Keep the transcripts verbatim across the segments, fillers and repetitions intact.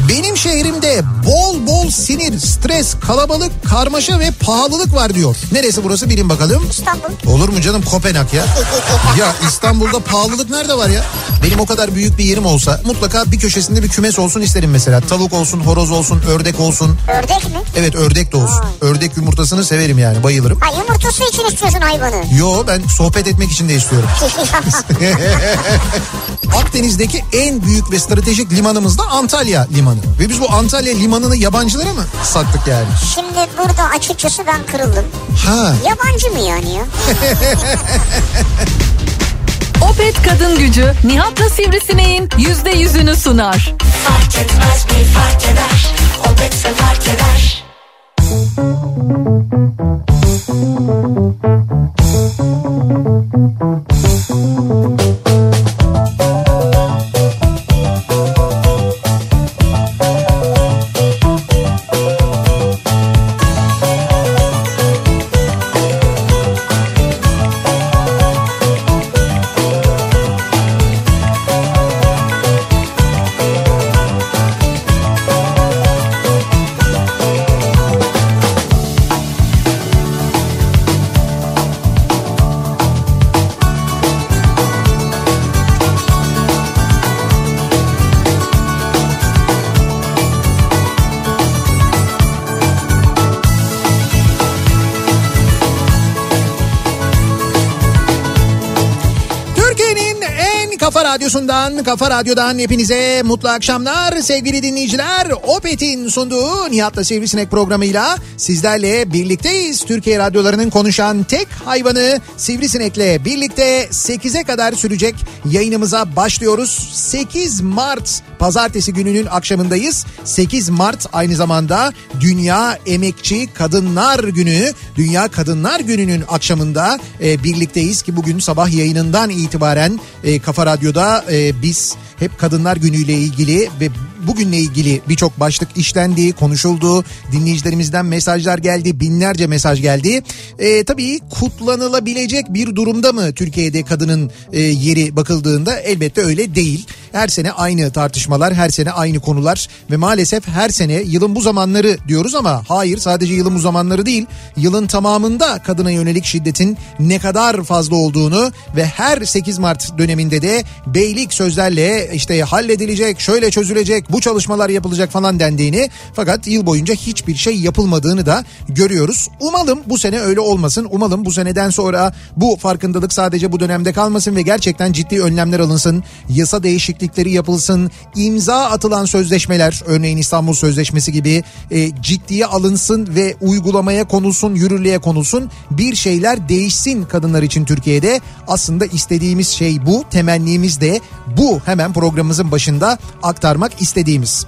Benim şehrimde bol bol sinir, stres, kalabalık, karmaşa ve pahalılık var diyor. Neresi burası bilin bakalım. İstanbul. Olur mu canım, Kopenhag ya. Ya İstanbul'da pahalılık nerede var ya? Benim o kadar büyük bir yerim olsa mutlaka bir köşesinde bir kümes olsun isterim mesela. Tavuk olsun, horoz olsun, ördek olsun. Ördek mi? Evet, ördek de olsun. Aa. Ördek yumurtasını severim yani, bayılırım. Ha, yumurtası için istiyorsun hayvanı. Yo, ben sohbet etmek için de istiyorum. Akdeniz'deki en büyük ve stratejik limanımız da Antalya Limanı. Ve biz bu Antalya Limanı'nı yabancılara mı sattık yani? Şimdi burada açıkçası ben kırıldım. Ha. Yabancı mı yani ya? Opet Kadın Gücü Nihat'la Sivrisineğin yüzde yüzünü sunar. Fark etmez mi fark eder, Opet'se fark eder. Radyosu'ndan, Kafa Radyo'dan hepinize mutlu akşamlar sevgili dinleyiciler. Opet'in sunduğu Nihat'la Sivrisinek programıyla sizlerle birlikteyiz. Türkiye radyolarının konuşan tek hayvanı Sivrisinek'le birlikte sekize kadar sürecek yayınımıza başlıyoruz. sekiz Mart Pazartesi gününün akşamındayız. sekiz Mart aynı zamanda Dünya Emekçi Kadınlar Günü. Dünya Kadınlar Günü'nün akşamında e, birlikteyiz ki bugün sabah yayınından itibaren e, Kafa Radyo'da e, biz hep Kadınlar Günü ile ilgili ve bugünle ilgili birçok başlık işlendi, konuşuldu. Dinleyicilerimizden mesajlar geldi, binlerce mesaj geldi. E, tabii kutlanılabilecek bir durumda mı Türkiye'de kadının e, yeri bakıldığında elbette öyle değil. Her sene aynı tartışmalar, her sene aynı konular ve maalesef her sene yılın bu zamanları diyoruz ama hayır, sadece yılın bu zamanları değil, yılın tamamında kadına yönelik şiddetin ne kadar fazla olduğunu ve her sekiz Mart döneminde de beylik sözlerle işte halledilecek, şöyle çözülecek, bu çalışmalar yapılacak falan dendiğini, fakat yıl boyunca hiçbir şey yapılmadığını da görüyoruz. Umalım bu sene öyle olmasın. Umalım bu seneden sonra bu farkındalık sadece bu dönemde kalmasın ve gerçekten ciddi önlemler alınsın. Yasa değişiklikleri yapılsın. İmza atılan sözleşmeler, örneğin İstanbul Sözleşmesi gibi e, ciddiye alınsın ve uygulamaya konulsun, yürürlüğe konulsun. Bir şeyler değişsin kadınlar için Türkiye'de. Aslında istediğimiz şey bu. Temennimiz de bu. Hemen programımızın başında aktarmak istediğimiz.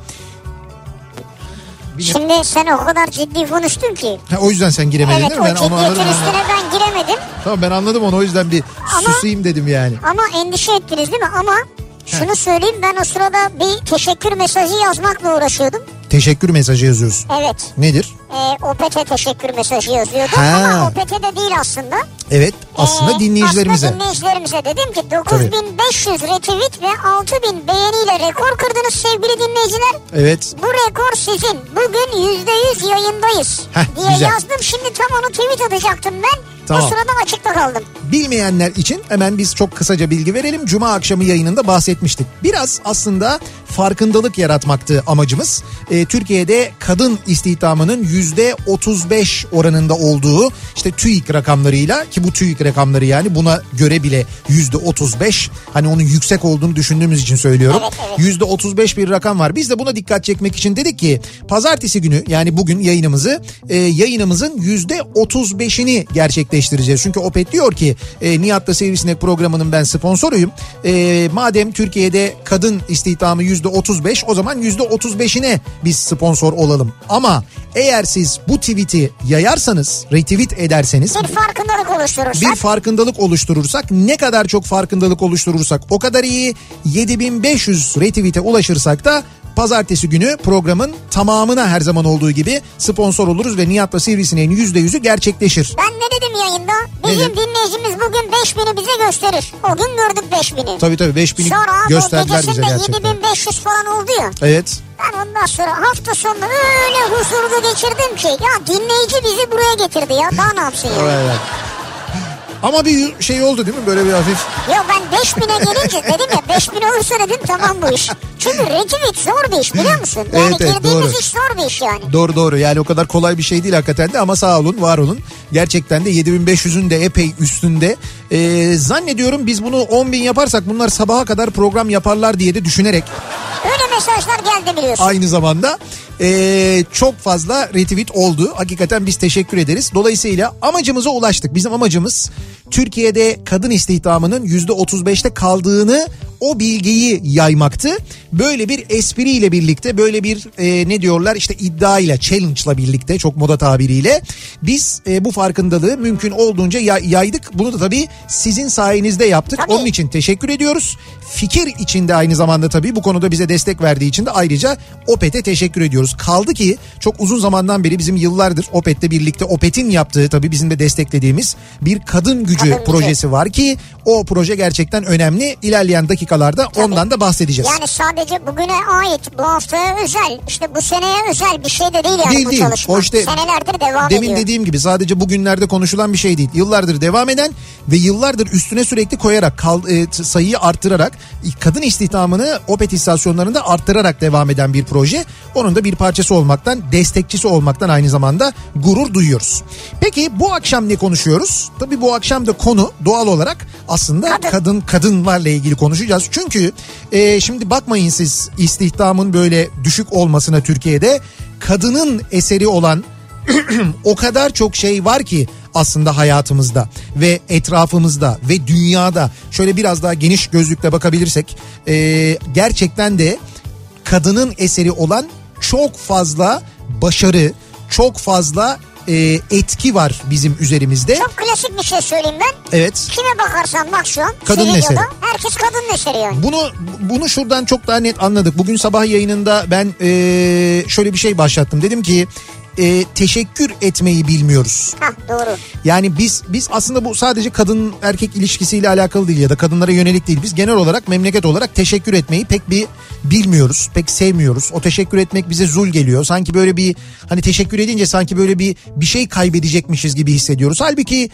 Şimdi sen o kadar ciddi konuştun ki. Ha, o yüzden sen giremedin evet, değil mi? Evet, o ciddiyetin üstüne ben giremedim. Tamam, ben anladım onu, o yüzden bir ama, susayım dedim yani. Ama endişe ettiniz değil mi? Ama şunu söyleyeyim, ben o sırada bir teşekkür mesajı yazmakla uğraşıyordum. Teşekkür mesajı yazıyorsun. Evet. Nedir? Ee, Opet'e teşekkür mesajı yazıyordum ha. ama Opet'e de değil aslında. Evet, aslında ee, dinleyicilerimize. Aslında dinleyicilerimize dedim ki dokuz bin beş yüz retweet ve altı bin beğeniyle rekor kırdınız sevgili dinleyiciler. Evet. Bu rekor sizin. Bugün yüzde yüz yayındayız Heh, diye güzel. yazdım. Şimdi tam onu tweet atacaktım ben. Tamam. O sırada açıkta kaldım. Bilmeyenler için hemen biz çok kısaca bilgi verelim. Cuma akşamı yayınında bahsetmiştik. Biraz aslında farkındalık yaratmaktı amacımız. Ee, Türkiye'de kadın istihdamının yüzde otuz beş oranında olduğu işte TÜİK rakamlarıyla, ki bu TÜİK rakamları yani buna göre bile yüzde otuz beş, hani onun yüksek olduğunu düşündüğümüz için söylüyorum. Evet, evet. yüzde otuz beş bir rakam var. Biz de buna dikkat çekmek için dedik ki pazartesi günü, yani bugün yayınımızı e, yayınımızın yüzde otuz beşini gerçekleştireceğiz. Çünkü Opet diyor ki e, Nihat'la Sivrisinek programının ben sponsoruyum. E, madem Türkiye'de kadın istihdamı yüzde otuz beş, o zaman yüzde otuz beşine biz sponsor olalım. Ama eğer siz bu tweet'i yayarsanız, retweet ederseniz, bir farkındalık oluşturursak, bir farkındalık oluşturursak, ne kadar çok farkındalık oluşturursak o kadar iyi. yedi bin beş yüz retweet'e ulaşırsak da pazartesi günü programın tamamına her zaman olduğu gibi sponsor oluruz ve Nihat'la Sivrisineğin yüzde yüzü gerçekleşir. Ben ne dedim yayında? Bizim Nedir? dinleyicimiz bugün beş bini bize gösterir. O gün gördük beş bini. Tabii tabii beş bini gösterdiler bize gerçekten. yedi bin beş yüz falan oldu ya. Evet. Ben ondan sonra hafta sonu öyle huzurlu geçirdim ki. Ya dinleyici bizi buraya getirdi ya. Daha ne yapsın ya? Evet. Ama bir şey oldu değil mi? Böyle bir hafif. Yok ben beş bine gelince dedim ya beş bin olursa dedim tamam bu iş. Çünkü retweet zor bir iş biliyor musun? Yani evet, evet, girdiğimiz doğru. iş zor bir iş yani. Doğru doğru yani o kadar kolay bir şey değil hakikaten de ama sağ olun var olun. Gerçekten de yedi bin beş yüzün de epey üstünde. Ee, zannediyorum biz bunu on bin yaparsak bunlar sabaha kadar program yaparlar diye de düşünerek. Öyle mesajlar geldi biliyorsun. Aynı zamanda ee, çok fazla retweet oldu. Hakikaten biz teşekkür ederiz. Dolayısıyla amacımıza ulaştık. Bizim amacımız Türkiye'de kadın istihdamının yüzde otuz beşte kaldığını o bilgiyi yaymaktı. Böyle bir espriyle birlikte böyle bir e, ne diyorlar işte iddiayla challenge'la birlikte çok moda tabiriyle biz e, bu farkındalığı mümkün olduğunca yay, yaydık. Bunu da tabii sizin sayenizde yaptık. Tabii. Onun için teşekkür ediyoruz. Fikir içinde aynı zamanda tabii bu konuda bize destek verdiği için de ayrıca Opet'e teşekkür ediyoruz. Kaldı ki çok uzun zamandan beri bizim yıllardır Opet'le birlikte Opet'in yaptığı tabii bizim de desteklediğimiz bir kadın gücü Kadın projesi gücü. var ki o proje gerçekten önemli. İlerleyen dakikalarda tabii. ondan da bahsedeceğiz. Yani sadece bugüne ait bu haftaya özel işte bu seneye özel bir şey de değil yani değil, bu değil. çalışma. O işte, senelerdir devam demin ediyor. Demin dediğim gibi sadece bugünlerde konuşulan bir şey değil. Yıllardır devam eden ve yıllardır üstüne sürekli koyarak kal, e, sayıyı arttırarak kadın istihdamını Opet istasyonlarında arttırarak devam eden bir proje. Onun da bir parçası olmaktan, destekçisi olmaktan aynı zamanda gurur duyuyoruz. Peki bu akşam ne konuşuyoruz? Tabii bu akşam da konu doğal olarak aslında kadın, kadın kadınlarla ilgili konuşacağız. Çünkü e, şimdi bakmayın siz istihdamın böyle düşük olmasına Türkiye'de kadının eseri olan o kadar çok şey var ki aslında hayatımızda ve etrafımızda ve dünyada şöyle biraz daha geniş gözlükle bakabilirsek e, gerçekten de kadının eseri olan çok fazla başarı, çok fazla e, etki var bizim üzerimizde. Çok klasik bir şey söyleyeyim ben. Evet. Kime bakarsan bak şu an. Kadın eseri. Herkes kadın eseri yani. Bunu bunu şuradan çok daha net anladık. Bugün sabah yayınında ben e, şöyle bir şey başlattım. Dedim ki e, teşekkür etmeyi bilmiyoruz. Hah doğru. Yani biz biz aslında bu sadece kadın erkek ilişkisiyle alakalı değil ya da kadınlara yönelik değil. Biz genel olarak memleket olarak teşekkür etmeyi pek bir bilmiyoruz. Pek sevmiyoruz. O teşekkür etmek bize zul geliyor. Sanki böyle bir hani teşekkür edince sanki böyle bir bir şey kaybedecekmişiz gibi hissediyoruz. Halbuki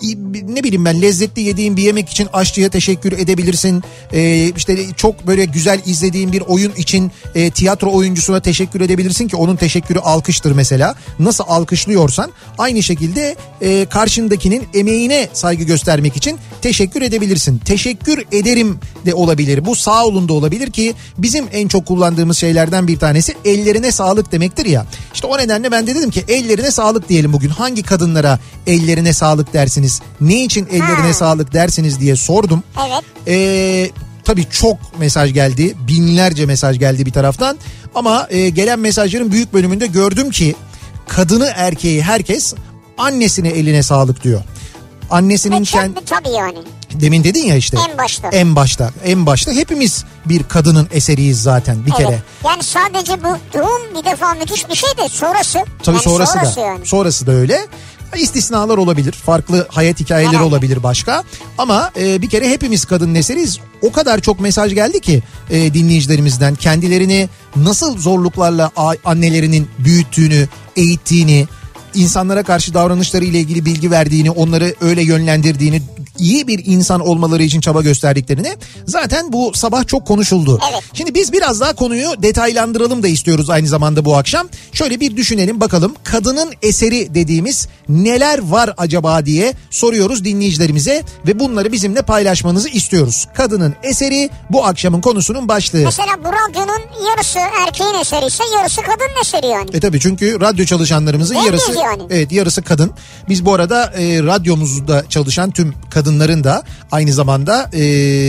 ne bileyim ben lezzetli yediğin bir yemek için aşçıya teşekkür edebilirsin. Ee, işte çok böyle güzel izlediğin bir oyun için e, tiyatro oyuncusuna teşekkür edebilirsin ki onun teşekkürü alkıştır mesela. Nasıl alkışlıyorsan aynı şekilde e, karşındakinin emeğine saygı göstermek için teşekkür edebilirsin. Teşekkür ederim de olabilir. Bu sağ olun da olabilir ki bizim en çok kullandığımız şeylerden bir tanesi ellerine sağlık demektir ya. İşte o nedenle ben de dedim ki ellerine sağlık diyelim bugün. Hangi kadınlara ellerine sağlık dersiniz? Ne için ellerine ha. sağlık dersiniz diye sordum. Evet. Ee, tabii çok mesaj geldi. Binlerce mesaj geldi bir taraftan. Ama e, gelen mesajların büyük bölümünde gördüm ki kadını erkeği herkes annesine eline sağlık diyor. Annesinin kendi... Tabii yani. Demin dedin ya işte. En başta. En başta. En başta hepimiz bir kadının eseriyiz zaten bir evet. kere. Yani sadece bu doğum bir defa müthiş bir şey de sonrası. Tabii yani sonrası, sonrası da. Yani. Sonrası da öyle. İstisnalar olabilir. Farklı hayat hikayeleri Herhalde. olabilir başka. Ama e, bir kere hepimiz kadının eseriyiz. O kadar çok mesaj geldi ki e, dinleyicilerimizden kendilerini nasıl zorluklarla annelerinin büyüttüğünü, eğittiğini, insanlara karşı davranışları ile ilgili bilgi verdiğini, onları öyle yönlendirdiğini, iyi bir insan olmaları için çaba gösterdiklerini zaten bu sabah çok konuşuldu. Evet. Şimdi biz biraz daha konuyu detaylandıralım da istiyoruz aynı zamanda bu akşam. Şöyle bir düşünelim bakalım kadının eseri dediğimiz neler var acaba diye soruyoruz dinleyicilerimize ve bunları bizimle paylaşmanızı istiyoruz. Kadının eseri bu akşamın konusunun başlığı. Mesela bu radyonun yarısı erkeğin eseri ise yarısı kadının eseri yani. E tabii çünkü radyo çalışanlarımızın Değil yarısı yani. Evet yarısı kadın. Biz bu arada e, radyomuzda çalışan tüm kadınların da aynı zamanda e,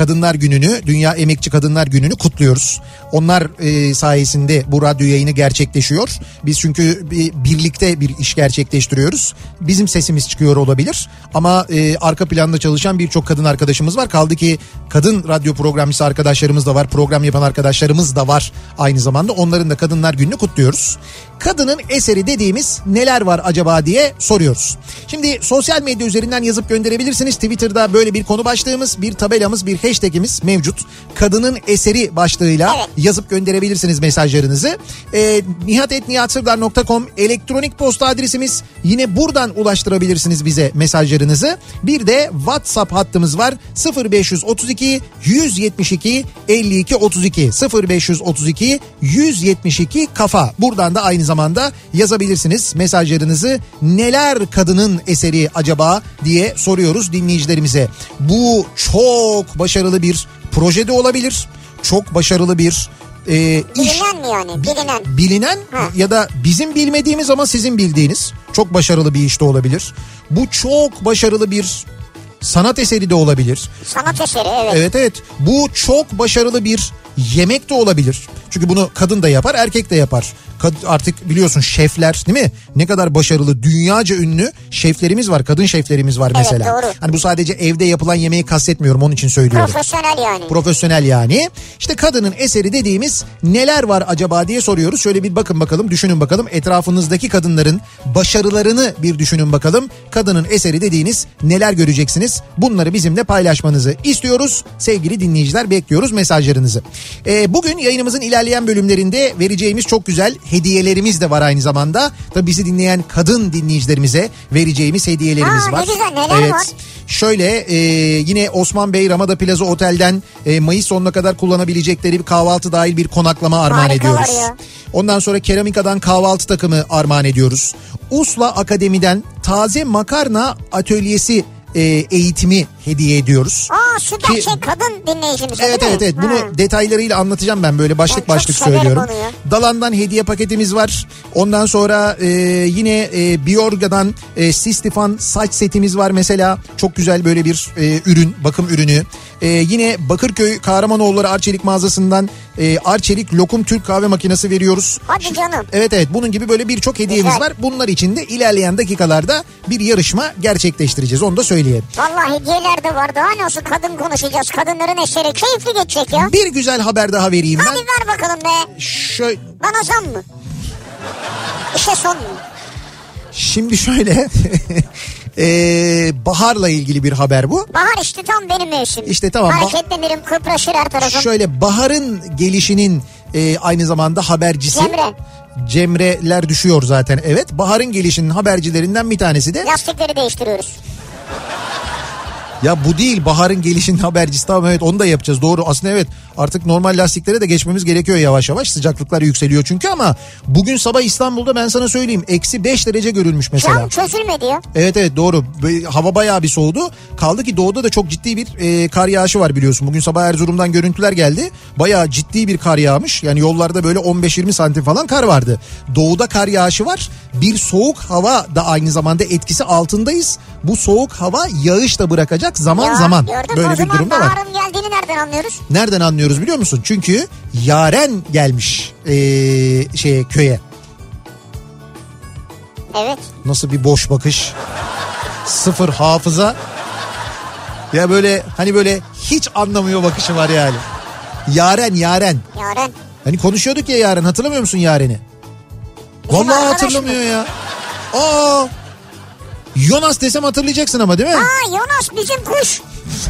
Kadınlar Günü'nü, Dünya Emekçi Kadınlar Günü'nü kutluyoruz. Onlar e, sayesinde bu radyo yayını gerçekleşiyor. Biz çünkü bir, birlikte bir iş gerçekleştiriyoruz. Bizim sesimiz çıkıyor olabilir ama e, arka planda çalışan birçok kadın arkadaşımız var. Kaldı ki kadın radyo programcısı arkadaşlarımız da var, program yapan arkadaşlarımız da var aynı zamanda. Onların da Kadınlar Günü'nü kutluyoruz. Kadının eseri dediğimiz neler var acaba diye soruyoruz. Şimdi sosyal medya üzerinden yazıp gönderebilirsiniz. Twitter'da böyle bir konu başlığımız, bir tabelamız, bir hashtagimiz mevcut. Kadının eseri başlığıyla evet. yazıp gönderebilirsiniz mesajlarınızı. E, nihat et nihat sırdar nokta com elektronik posta adresimiz. Yine buradan ulaştırabilirsiniz bize mesajlarınızı. Bir de WhatsApp hattımız var. sıfır beş otuz iki yüz yetmiş iki elli iki otuz iki sıfır beş otuz iki yüz yetmiş iki kafa. Buradan da aynı zamanda yazabilirsiniz mesajlarınızı. Neler kadının eseri acaba diye soruyoruz dinleyicilerimize. Bu çok başarılı bir projede olabilir. Çok başarılı bir e, iş. Bilinen mi yani? Bilinen. Bilinen Ha. ya da bizim bilmediğimiz ama sizin bildiğiniz çok başarılı bir iş de olabilir. Bu çok başarılı bir sanat eseri de olabilir. Sanat eseri evet. Evet evet. Bu çok başarılı bir yemek de olabilir. Çünkü bunu kadın da yapar, erkek de yapar. Kad- artık biliyorsun şefler değil mi? Ne kadar başarılı, dünyaca ünlü şeflerimiz var, kadın şeflerimiz var mesela. Evet, doğru. Hani bu sadece evde yapılan yemeği kastetmiyorum, onun için söylüyorum. Profesyonel yani. Profesyonel yani. İşte kadının eseri dediğimiz neler var acaba diye soruyoruz. Şöyle bir bakın bakalım, düşünün bakalım. Etrafınızdaki kadınların başarılarını bir düşünün bakalım. Kadının eseri dediğiniz neler göreceksiniz? Bunları bizimle paylaşmanızı istiyoruz. Sevgili dinleyiciler, bekliyoruz mesajlarınızı. Ee, bugün yayınımızın ilerleyen bölümlerinde vereceğimiz çok güzel hediyelerimiz de var aynı zamanda. Tabii bizi dinleyen kadın dinleyicilerimize vereceğimiz hediyelerimiz Aa, var. ne güzel, neler evet. var? Şöyle e, yine Osman Bey Ramada Plaza Otel'den e, Mayıs sonuna kadar kullanabilecekleri bir kahvaltı dahil bir konaklama armağan Harikalar ediyoruz. ya. Ondan sonra Keramika'dan kahvaltı takımı armağan ediyoruz. Usla Akademi'den taze makarna atölyesi e, eğitimi hediye ediyoruz. Aa süper Ki- şey kadın dinleyicimiz. Evet evet evet bunu Ha. detaylarıyla anlatacağım ben, böyle başlık Ben çok başlık severim söylüyorum. onu ya. Dalan'dan hediye paketimiz var. Ondan sonra e, yine e, Biorga'dan e, Sistifan saç setimiz var mesela. Çok güzel böyle bir e, ürün, bakım ürünü. E, yine Bakırköy Kahramanoğulları Arçelik mağazasından e, Arçelik lokum Türk kahve makinesi veriyoruz. Hadi canım. Evet evet bunun gibi böyle birçok hediyemiz Güzel. var. Bunlar için de ilerleyen dakikalarda bir yarışma gerçekleştireceğiz, onu da söyleyelim. Vallahi hediyeler de var. Daha ne olsun, kadın konuşacağız. Kadınların eseri keyifli geçecek ya. Bir güzel haber daha vereyim ben. Hadi ver bakalım be. Şöyle... Bana zam mı? İşte son mu? Şimdi şöyle ee, baharla ilgili bir haber bu. Bahar işte tam benim mevsim. İşte tamam. Hareketlenirim, kıpraşır her tarafım. Şöyle baharın gelişinin e, aynı zamanda habercisi. Cemre. Cemre'ler düşüyor zaten, evet. Baharın gelişinin habercilerinden bir tanesi de. Lastikleri değiştiriyoruz. Ya bu değil, baharın gelişinin habercisi, tamam evet onu da yapacağız, doğru. Aslında evet, artık normal lastiklere de geçmemiz gerekiyor yavaş yavaş, sıcaklıklar yükseliyor çünkü. Ama bugün sabah İstanbul'da ben sana söyleyeyim eksi beş derece görülmüş mesela. Cam çözülmedi ya. Evet evet doğru, Böyle hava bayağı bir soğudu. Kaldı ki doğuda da çok ciddi bir e, kar yağışı var biliyorsun. Bugün sabah Erzurum'dan görüntüler geldi. Bayağı ciddi bir kar yağmış. Yani yollarda böyle on beş yirmi santim falan kar vardı. Doğuda kar yağışı var. Bir soğuk hava da aynı zamanda etkisi altındayız. Bu soğuk hava yağış da bırakacak zaman Ya, zaman. gördün mü? Böyle O bir zaman durum da var. baharın geldiğini nereden anlıyoruz? Nereden anlıyoruz biliyor musun? Çünkü Yaren gelmiş e, şeye köye. Evet. Nasıl bir boş bakış. Sıfır hafıza. Ya böyle hani böyle hiç anlamıyor bakışı var yani. Yaren Yaren. Yaren. Hani konuşuyorduk ya Yaren, hatırlamıyor musun Yaren'i? Bizim Vallahi arkadaş hatırlamıyor mı? ya. Aa. Jonas desem hatırlayacaksın ama değil mi? Aa Jonas bizim kuş.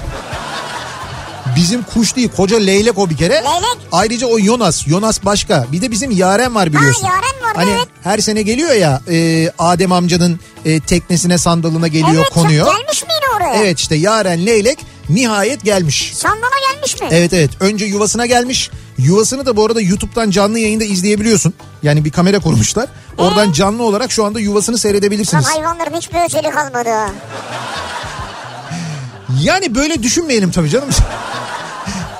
Bizim kuş değil, koca leylek o bir kere. Leylek. Ayrıca o Jonas. Jonas başka. Bir de bizim Yaren var biliyorsun. Ha, Yaren vardı, Hani evet. her sene geliyor ya e, Adem amcanın e, teknesine, sandalına geliyor, Evet, konuyor. gelmiş miydi oraya? Evet işte Yaren leylek nihayet gelmiş. Sandala gelmiş mi? Evet evet, önce yuvasına gelmiş. Yuvasını da bu arada YouTube'dan canlı yayında izleyebiliyorsun. Yani bir kamera kurmuşlar. Oradan canlı olarak şu anda yuvasını Lan seyredebilirsiniz. hayvanların hiçbir özeli kalmadı ha. Yani böyle düşünmeyelim tabii canım.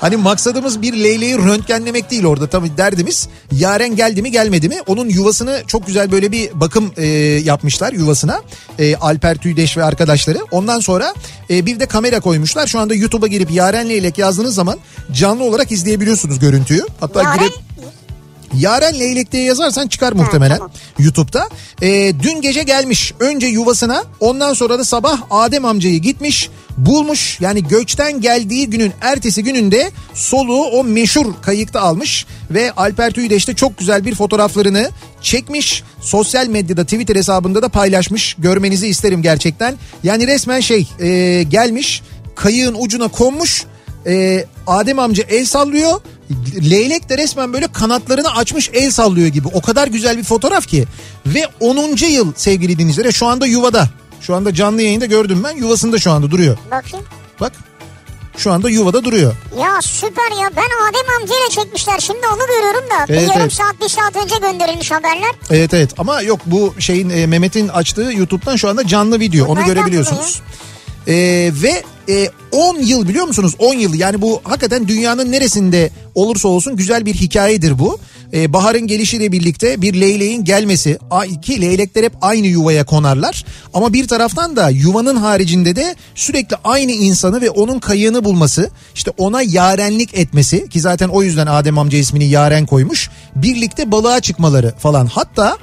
Hani maksadımız bir leyleği röntgenlemek değil orada, tabii derdimiz Yaren geldi mi gelmedi mi? Onun yuvasını çok güzel böyle bir bakım e, yapmışlar yuvasına. E, Alper Tüydeş ve arkadaşları. Ondan sonra e, bir de kamera koymuşlar. Şu anda YouTube'a girip Yaren Leylek yazdığınız zaman canlı olarak izleyebiliyorsunuz görüntüyü. Hatta Yaren... girip Yaren Leylek diye yazarsan çıkar muhtemelen ha, tamam. YouTube'da. Ee, dün gece gelmiş önce yuvasına, ondan sonra da sabah Adem amcayı gitmiş bulmuş. Yani göçten geldiği günün ertesi gününde soluğu o meşhur kayıkta almış ve Alper Tüydeş de çok güzel bir fotoğraflarını çekmiş. Sosyal medyada, Twitter hesabında da paylaşmış. Görmenizi isterim gerçekten. Yani resmen şey e, gelmiş kayığın ucuna konmuş. E, Adem amca el sallıyor. Leylek de resmen böyle kanatlarını açmış el sallıyor gibi. O kadar güzel bir fotoğraf ki. Ve onuncu yıl sevgili dinleyiciler, şu anda yuvada. Şu anda canlı yayında gördüm ben. Yuvasında şu anda duruyor. Bakayım. Bak. Şu anda yuvada duruyor. Ya süper ya. Ben Adem amcayla çekmişler. Şimdi onu görüyorum da. Evet, bir yarım evet. saat bir saat önce gönderilmiş haberler. Evet evet ama yok, bu şeyin e, Mehmet'in açtığı YouTube'dan şu anda canlı video. Onu Nereden görebiliyorsunuz. Ee, ve e, on yıl biliyor musunuz? on yıl, yani bu hakikaten dünyanın neresinde olursa olsun güzel bir hikayedir bu. Ee, baharın gelişiyle birlikte bir leyleğin gelmesi, ki leylekler hep aynı yuvaya konarlar. Ama bir taraftan da yuvanın haricinde de sürekli aynı insanı ve onun kayığını bulması, işte ona yarenlik etmesi, ki zaten o yüzden Adem amca ismini Yaren koymuş. Birlikte balığa çıkmaları falan, hatta...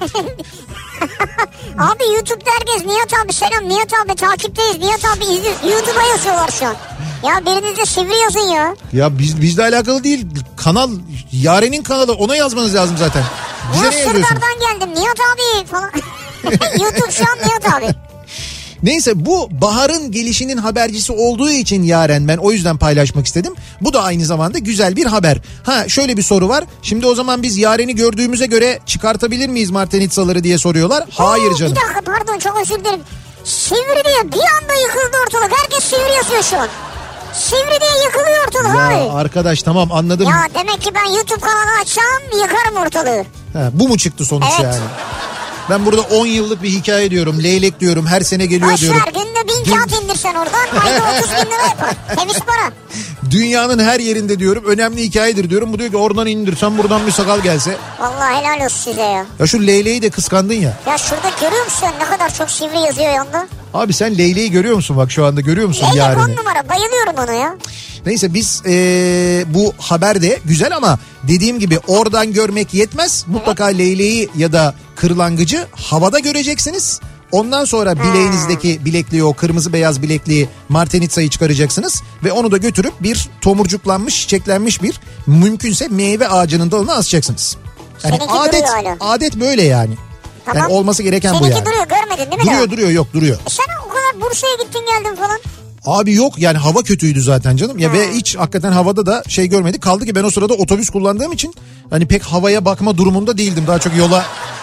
Abi YouTube'da herkes Nihat abi selam, Nihat abi takipteyiz, Nihat abi izliyor. YouTube'a yazıyorlar şu an. Ya biriniz de sivri yazın ya. Ya biz bizle alakalı değil. Kanal, Yaren'in kanalı, ona yazmanız lazım zaten. Bize ya ne yazıyorsun? Sırdar'dan geldim Nihat abi falan. YouTube şu an Nihat abi. Neyse, bu baharın gelişinin habercisi olduğu için Yaren, ben o yüzden paylaşmak istedim. Bu da aynı zamanda güzel bir haber. Ha, şöyle bir soru var. Şimdi o zaman biz Yaren'i gördüğümüze göre çıkartabilir miyiz Martenitsaları diye soruyorlar. Hayır canım. Bir dakika, pardon, çok özür dilerim. Sivri diye bir anda yıkıldı ortalık. Herkes sivri yazıyor şu an. Sivri diye yıkılıyor ortalık ya abi. Ya arkadaş tamam, anladım. Ya demek ki ben YouTube kanalı açsam yıkarım ortalığı. Ha, bu mu çıktı sonuç evet. Yani? Ben burada on yıllık bir hikaye diyorum. Leylek diyorum. Her sene geliyor Boş diyorum. Boş ver, günde bin Dün... kağıt indirsen oradan. Ayda otuz bin lira yapar. Temiz para. Dünyanın her yerinde diyorum. Önemli hikayedir diyorum. Bu diyor ki oradan indirsen buradan bir sakal gelse. Vallahi helal olsun size ya. Ya şu leyleği de kıskandın ya. Ya şurada görüyor musun ne kadar çok sivri yazıyor yanında? Abi sen leyleği görüyor musun bak şu anda, görüyor musun Leylek Yaren'i? on numara, bayılıyorum ona ya. Neyse biz ee, bu haber de güzel ama dediğim gibi oradan görmek yetmez. Mutlaka evet. Leyleği ya da kırlangıcı havada göreceksiniz. Ondan sonra hmm. bileğinizdeki bilekliği, o kırmızı beyaz bilekliği, Martenitsa'yı çıkaracaksınız. Ve onu da götürüp bir tomurcuklanmış, çiçeklenmiş bir mümkünse meyve ağacının dalına asacaksınız. Yani Seninki adet, adet böyle yani. Tamam. Yani olması gereken Seninki bu yani. Seninki duruyor, görmedin değil mi? Duruyor daha? duruyor yok duruyor. E sen o kadar Bursa'ya gittin geldin falan. Abi yok yani, hava kötüydü zaten canım. Ya hmm. ve hiç hakikaten havada da şey görmedik. Kaldı ki ben o sırada otobüs kullandığım için hani pek havaya bakma durumunda değildim. Daha çok yola.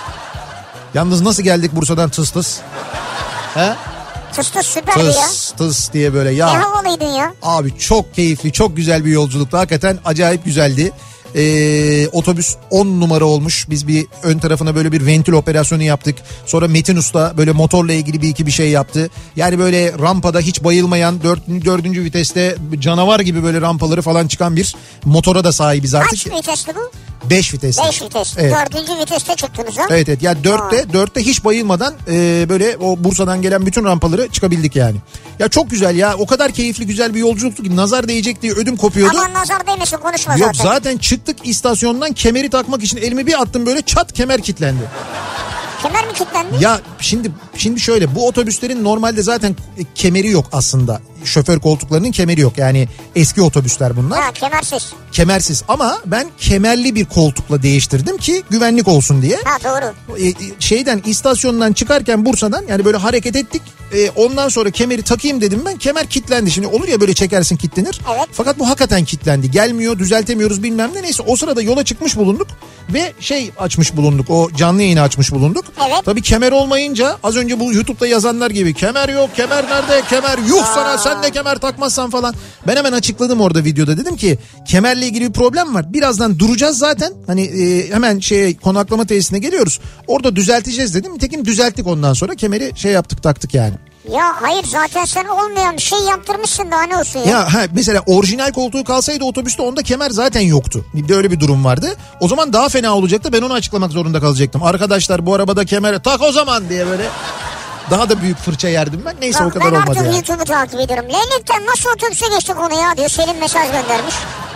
Yalnız nasıl geldik Bursa'dan tıs tıs? He? Tıs tıs süperdi ya. Tıs tıs diye böyle ya. Ne havalıydın ya. Abi çok keyifli, çok güzel bir yolculuktu. Hakikaten acayip güzeldi. Ee, otobüs on numara olmuş. Biz bir ön tarafına böyle bir ventil operasyonu yaptık. Sonra Metin Usta böyle motorla ilgili bir iki bir şey yaptı. Yani böyle rampada hiç bayılmayan, dört, dördüncü viteste canavar gibi böyle rampaları falan çıkan bir motora da sahibiz artık. Kaç vitesli bu? beş vitesli. beş vites. Evet. dördüncü viteste çıktınız ha? Evet evet. Yani dörtte, dörtte hiç bayılmadan e, böyle o Bursa'dan gelen bütün rampaları çıkabildik yani. Ya çok güzel ya. O kadar keyifli, güzel bir yolculuktu ki nazar değecek diye ödüm kopuyordu. Aman nazar değmesin, konuşma Yok, zaten. zaten çıktık istasyondan, kemeri takmak için elimi bir attım, böyle çat kemer kilitlendi. Kemer mi kilitlendi? Ya şimdi şimdi şöyle, bu otobüslerin normalde zaten kemeri yok aslında. Şoför koltuklarının kemeri yok. Yani eski otobüsler bunlar. Ha, kemersiz. Kemersiz ama ben kemerli bir koltukla değiştirdim ki güvenlik olsun diye. Ha doğru. Ee, şeyden, istasyondan çıkarken Bursa'dan yani böyle hareket ettik. Ee, ondan sonra kemeri takayım dedim ben. Kemer kilitlendi. Şimdi olur ya böyle çekersin, kilitlenir. Evet. Fakat bu hakikaten kilitlendi. Gelmiyor, düzeltemiyoruz bilmem ne. Neyse o sırada yola çıkmış bulunduk. Ve şey açmış bulunduk. O canlı yayını açmış bulunduk. Evet. Tabii kemer olmayınca az önce bu YouTube'da yazanlar gibi kemer yok, kemer nerede, kemer yuh sana, sen de kemer takmazsan falan. Ben hemen açıkladım orada videoda, dedim ki kemerle ilgili bir problem var. Birazdan duracağız zaten. Hani e, hemen şey konaklama tesisine geliyoruz. Orada düzelteceğiz dedim. Nitekim düzelttik, ondan sonra kemeri şey yaptık, taktık yani. Ya hayır zaten sen olmayan bir şey yaptırmışsın, daha ne olsun ya. Ya ha, mesela orijinal koltuğu kalsaydı otobüste, onda kemer zaten yoktu. Bir de öyle bir durum vardı. O zaman daha fena olacaktı, ben onu açıklamak zorunda kalacaktım. Arkadaşlar bu arabada kemere tak o zaman diye böyle daha da büyük fırça yerdim ben. Neyse Bak, o kadar olmadı ya. ben artık YouTube'u takip ediyorum. Leylek'ten nasıl otobüse geçtik onu ya diyor. Selim mesaj göndermiş.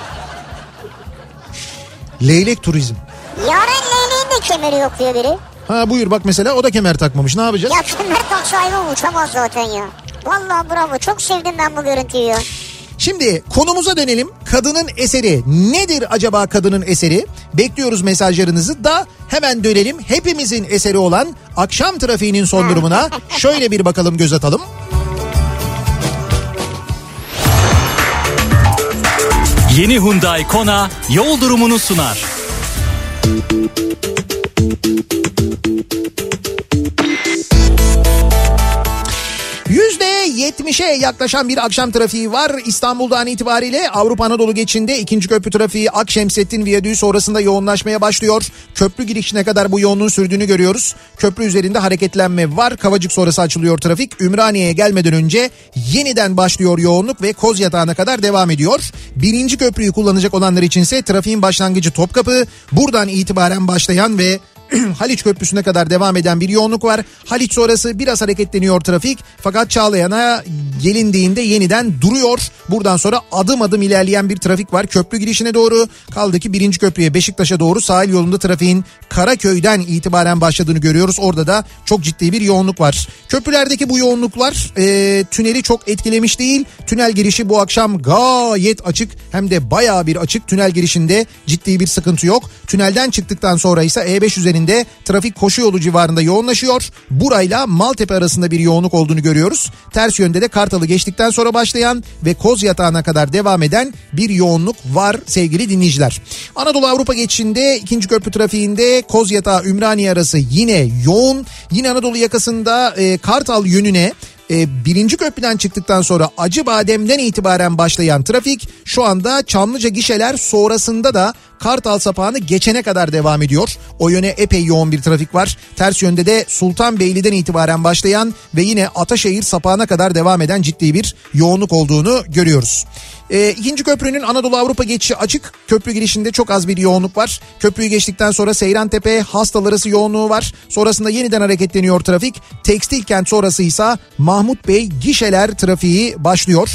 Leylek turizm. Yaren Leylek'in de kemeri yok diyor biri. Ha buyur bak mesela, o da kemer takmamış, ne yapacağız? Ya kemer taksaydı uçamaz zaten ya. Vallahi bravo, çok sevdim ben bu görüntüyü ya. Şimdi konumuza dönelim. Kadının eseri nedir acaba, kadının eseri? Bekliyoruz mesajlarınızı da hemen dönelim. Hepimizin eseri olan akşam trafiğinin son durumuna şöyle bir bakalım, göz atalım. Yeni Hyundai Kona yol durumunu sunar. yüzde yetmişe yaklaşan bir akşam trafiği var. İstanbul'dan itibariyle Avrupa Anadolu geçişinde ikinci köprü trafiği Akşemsettin Viyadüğü sonrasında yoğunlaşmaya başlıyor. Köprü girişine kadar bu yoğunluğun sürdüğünü görüyoruz. Köprü üzerinde hareketlenme var. Kavacık sonrası açılıyor trafik. Ümraniye'ye gelmeden önce yeniden başlıyor yoğunluk ve Kozyatağı'na kadar devam ediyor. Birinci köprüyü kullanacak olanlar içinse trafiğin başlangıcı Topkapı. Buradan itibaren başlayan ve Haliç Köprüsü'ne kadar devam eden bir yoğunluk var. Haliç sonrası biraz hareketleniyor trafik. Fakat Çağlayan'a gelindiğinde yeniden duruyor. Buradan sonra adım adım ilerleyen bir trafik var. Köprü girişine doğru, kaldı ki birinci köprüye, Beşiktaş'a doğru sahil yolunda trafiğin Karaköy'den itibaren başladığını görüyoruz. Orada da çok ciddi bir yoğunluk var. Köprülerdeki bu yoğunluklar e, tüneli çok etkilemiş değil. Tünel girişi bu akşam gayet açık, hem de bayağı bir açık. Tünel girişinde ciddi bir sıkıntı yok. Tünelden çıktıktan sonra ise E beş üzerinde trafik koşu yolu civarında yoğunlaşıyor. Burayla Maltepe arasında bir yoğunluk olduğunu görüyoruz. Ters yönde de Kartal'ı geçtikten sonra başlayan ve Kozyatağı'na kadar devam eden bir yoğunluk var sevgili dinleyiciler. Anadolu Avrupa geçişinde ikinci köprü trafiğinde Kozyatağı Ümraniye arası yine yoğun. Yine Anadolu yakasında e, Kartal yönüne E, birinci köprüden çıktıktan sonra Acıbadem'den itibaren başlayan trafik şu anda Çamlıca gişeler sonrasında da Kartal sapağını geçene kadar devam ediyor. O yöne epey yoğun bir trafik var. Ters yönde de Sultanbeyli'den itibaren başlayan ve yine Ataşehir sapağına kadar devam eden ciddi bir yoğunluk olduğunu görüyoruz. E, ikinci köprünün Anadolu Avrupa geçişi açık. Köprü girişinde çok az bir yoğunluk var. Köprüyü geçtikten sonra Seyrantepe Hastal arası yoğunluğu var. Sonrasında yeniden hareketleniyor trafik. Tekstilkent sonrası ise Mahmut Bey gişeler trafiği başlıyor.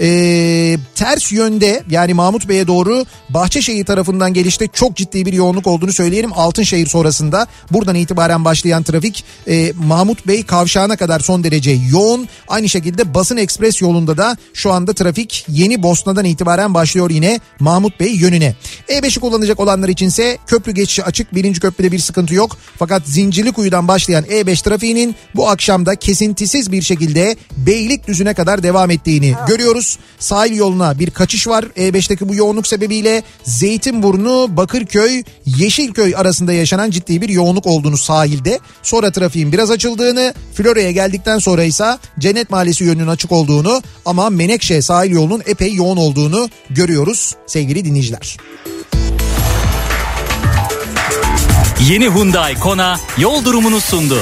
E, ters yönde, yani Mahmut Bey'e doğru Bahçeşehir tarafından gelişte çok ciddi bir yoğunluk olduğunu söyleyelim. Altınşehir sonrasında buradan itibaren başlayan trafik e, Mahmut Bey kavşağına kadar son derece yoğun. Aynı şekilde Basın Ekspres yolunda da şu anda trafik Yeni Bosna'dan itibaren başlıyor yine Mahmut Bey yönüne. E beşi kullanacak olanlar içinse köprü geçişi açık. Birinci köprüde bir sıkıntı yok. Fakat Zincirlikuyu'dan başlayan E beş trafiğinin bu akşamda kesintisiz bir şekilde Beylikdüzü'ne kadar devam ettiğini görüyoruz. Sahil yoluna bir kaçış var. E beşteki bu yoğunluk sebebiyle Zeytinburnu, Bakırköy, Yeşilköy arasında yaşanan ciddi bir yoğunluk olduğunu sahilde. Sonra trafiğin biraz açıldığını, Florya'ya geldikten sonra ise Cennet Mahallesi yönünün açık olduğunu ama Menekşe sahil yolunun epey yoğun olduğunu görüyoruz sevgili dinleyiciler. Yeni Hyundai Kona yol durumunu sundu.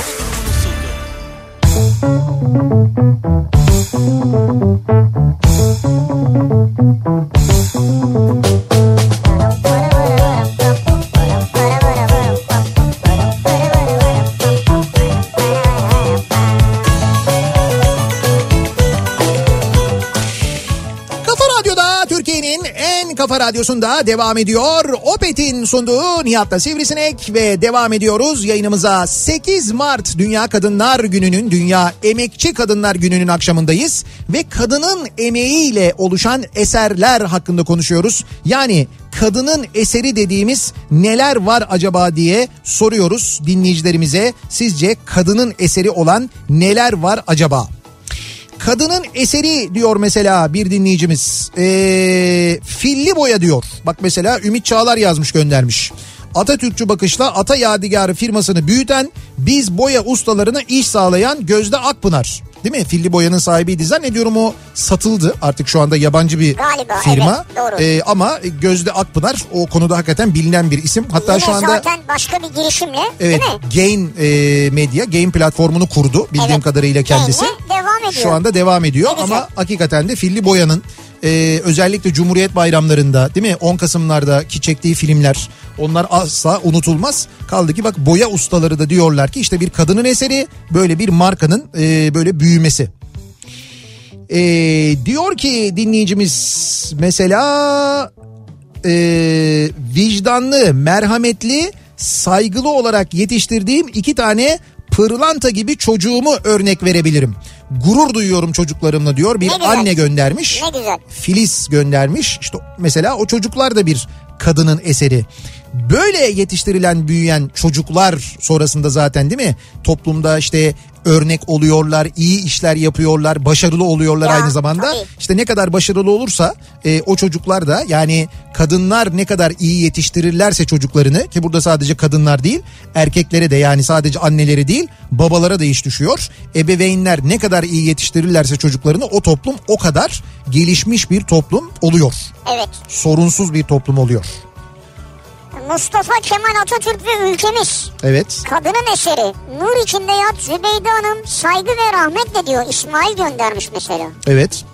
Kafa Radyosu'nda devam ediyor. Opet'in sunduğu Nihat'la Sivrisinek ve devam ediyoruz yayınımıza. sekiz Mart Dünya Kadınlar Günü'nün, Dünya Emekçi Kadınlar Günü'nün akşamındayız ve kadının emeğiyle oluşan eserler hakkında konuşuyoruz. Yani kadının eseri dediğimiz neler var acaba diye soruyoruz dinleyicilerimize. Sizce kadının eseri olan neler var acaba? Kadının eseri diyor mesela bir dinleyicimiz. Ee, filli boya diyor. Bak mesela Ümit Çağlar yazmış, göndermiş. Atatürkçü bakışla Ata Yadigarı firmasını büyüten, biz boya ustalarına iş sağlayan Gözde Akpınar. Değil mi? Filli boyanın sahibiydi. Zannediyorum o satıldı. Artık şu anda yabancı bir galiba, firma. Evet, doğru. Ee, ama Gözde Akpınar o konuda hakikaten bilinen bir isim. Hatta yine şu anda zaten başka bir girişimle, evet, değil mi? Gain e, Medya, Gain platformunu kurdu bildiğim evet, kadarıyla kendisi. Gain'le devam ediyor. Şu anda devam ediyor ama hakikaten de Filli Boya'nın e, özellikle Cumhuriyet bayramlarında değil mi on Kasım'lardaki çektiği filmler onlar asla unutulmaz. Kaldı ki bak boya ustaları da diyorlar ki işte bir kadının eseri böyle bir markanın e, böyle büyümesi. E, diyor ki dinleyicimiz mesela e, vicdanlı, merhametli, saygılı olarak yetiştirdiğim iki tane pırlanta gibi çocuğumu örnek verebilirim. Gurur duyuyorum çocuklarımla diyor bir anne göndermiş. Ne güzel. Filiz göndermiş. İşte mesela o çocuklar da bir kadının eseri. Böyle yetiştirilen, büyüyen çocuklar sonrasında zaten değil mi? Toplumda işte örnek oluyorlar, iyi işler yapıyorlar, başarılı oluyorlar ya, aynı zamanda. Tabii. İşte ne kadar başarılı olursa e, o çocuklar da yani kadınlar ne kadar iyi yetiştirirlerse çocuklarını ki burada sadece kadınlar değil erkeklere de yani sadece anneleri değil babalara da iş düşüyor. Ebeveynler ne kadar iyi yetiştirirlerse çocuklarını o toplum o kadar gelişmiş bir toplum oluyor. Evet. Sorunsuz bir toplum oluyor. Mustafa Kemal Atatürk ve ülkemiz. Evet. Kadının eseri. Nur içinde yat Zübeyde Hanım saygı ve rahmetle diyor. İsmail göndermiş mesela. Evet.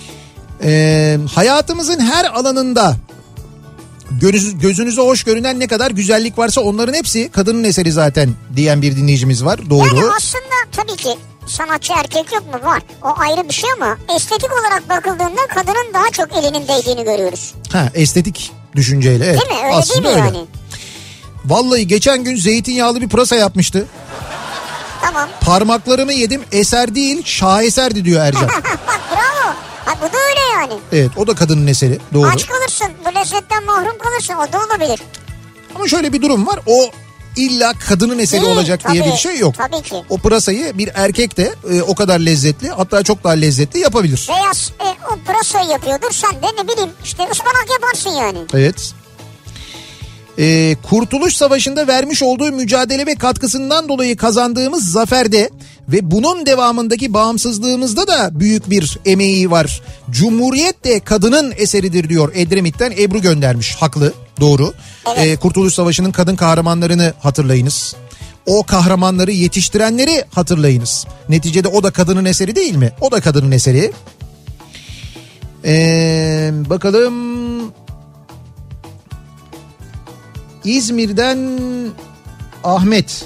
Ee, hayatımızın her alanında gözünüz, gözünüze hoş görünen ne kadar güzellik varsa onların hepsi kadının eseri zaten diyen bir dinleyicimiz var. Doğru. Yani aslında tabii ki sanatçı erkek yok mu? Var. O ayrı bir şey ama estetik olarak bakıldığında kadının daha çok elinin değdiğini görüyoruz. Ha, estetik düşünceyle. Evet. Değil mi? Öyle aslında değil mi öyle. yani? Vallahi geçen gün zeytinyağlı bir pırasa yapmıştı. Tamam. Parmaklarımı yedim, eser değil şaheserdi diyor Ercan. Bak bravo. Ha, bu da öyle yani. Evet, o da kadının eseri. Doğru. Aç kalırsın, bu lezzetten mahrum kalırsın, o da olabilir. Ama şöyle bir durum var. O illa kadının eseri değil, olacak tabii, diye bir şey yok. Tabii ki. O pırasayı bir erkek de e, o kadar lezzetli, hatta çok daha lezzetli yapabilir. Beyaz e, o pırasayı yapıyordur, sen de ne bileyim işte ıspanak yaparsın yani. Evet. Ee, Kurtuluş Savaşı'nda vermiş olduğu mücadele ve katkısından dolayı kazandığımız zaferde ve bunun devamındaki bağımsızlığımızda da büyük bir emeği var. Cumhuriyet de kadının eseridir diyor. Edremit'ten Ebru göndermiş. Haklı, doğru. Evet. Ee, Kurtuluş Savaşı'nın kadın kahramanlarını hatırlayınız. O kahramanları yetiştirenleri hatırlayınız. Neticede o da kadının eseri değil mi? O da kadının eseri. Ee, bakalım... İzmir'den Ahmet.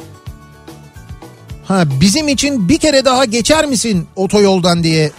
Ha, bizim için bir kere daha geçer misin otoyoldan diye.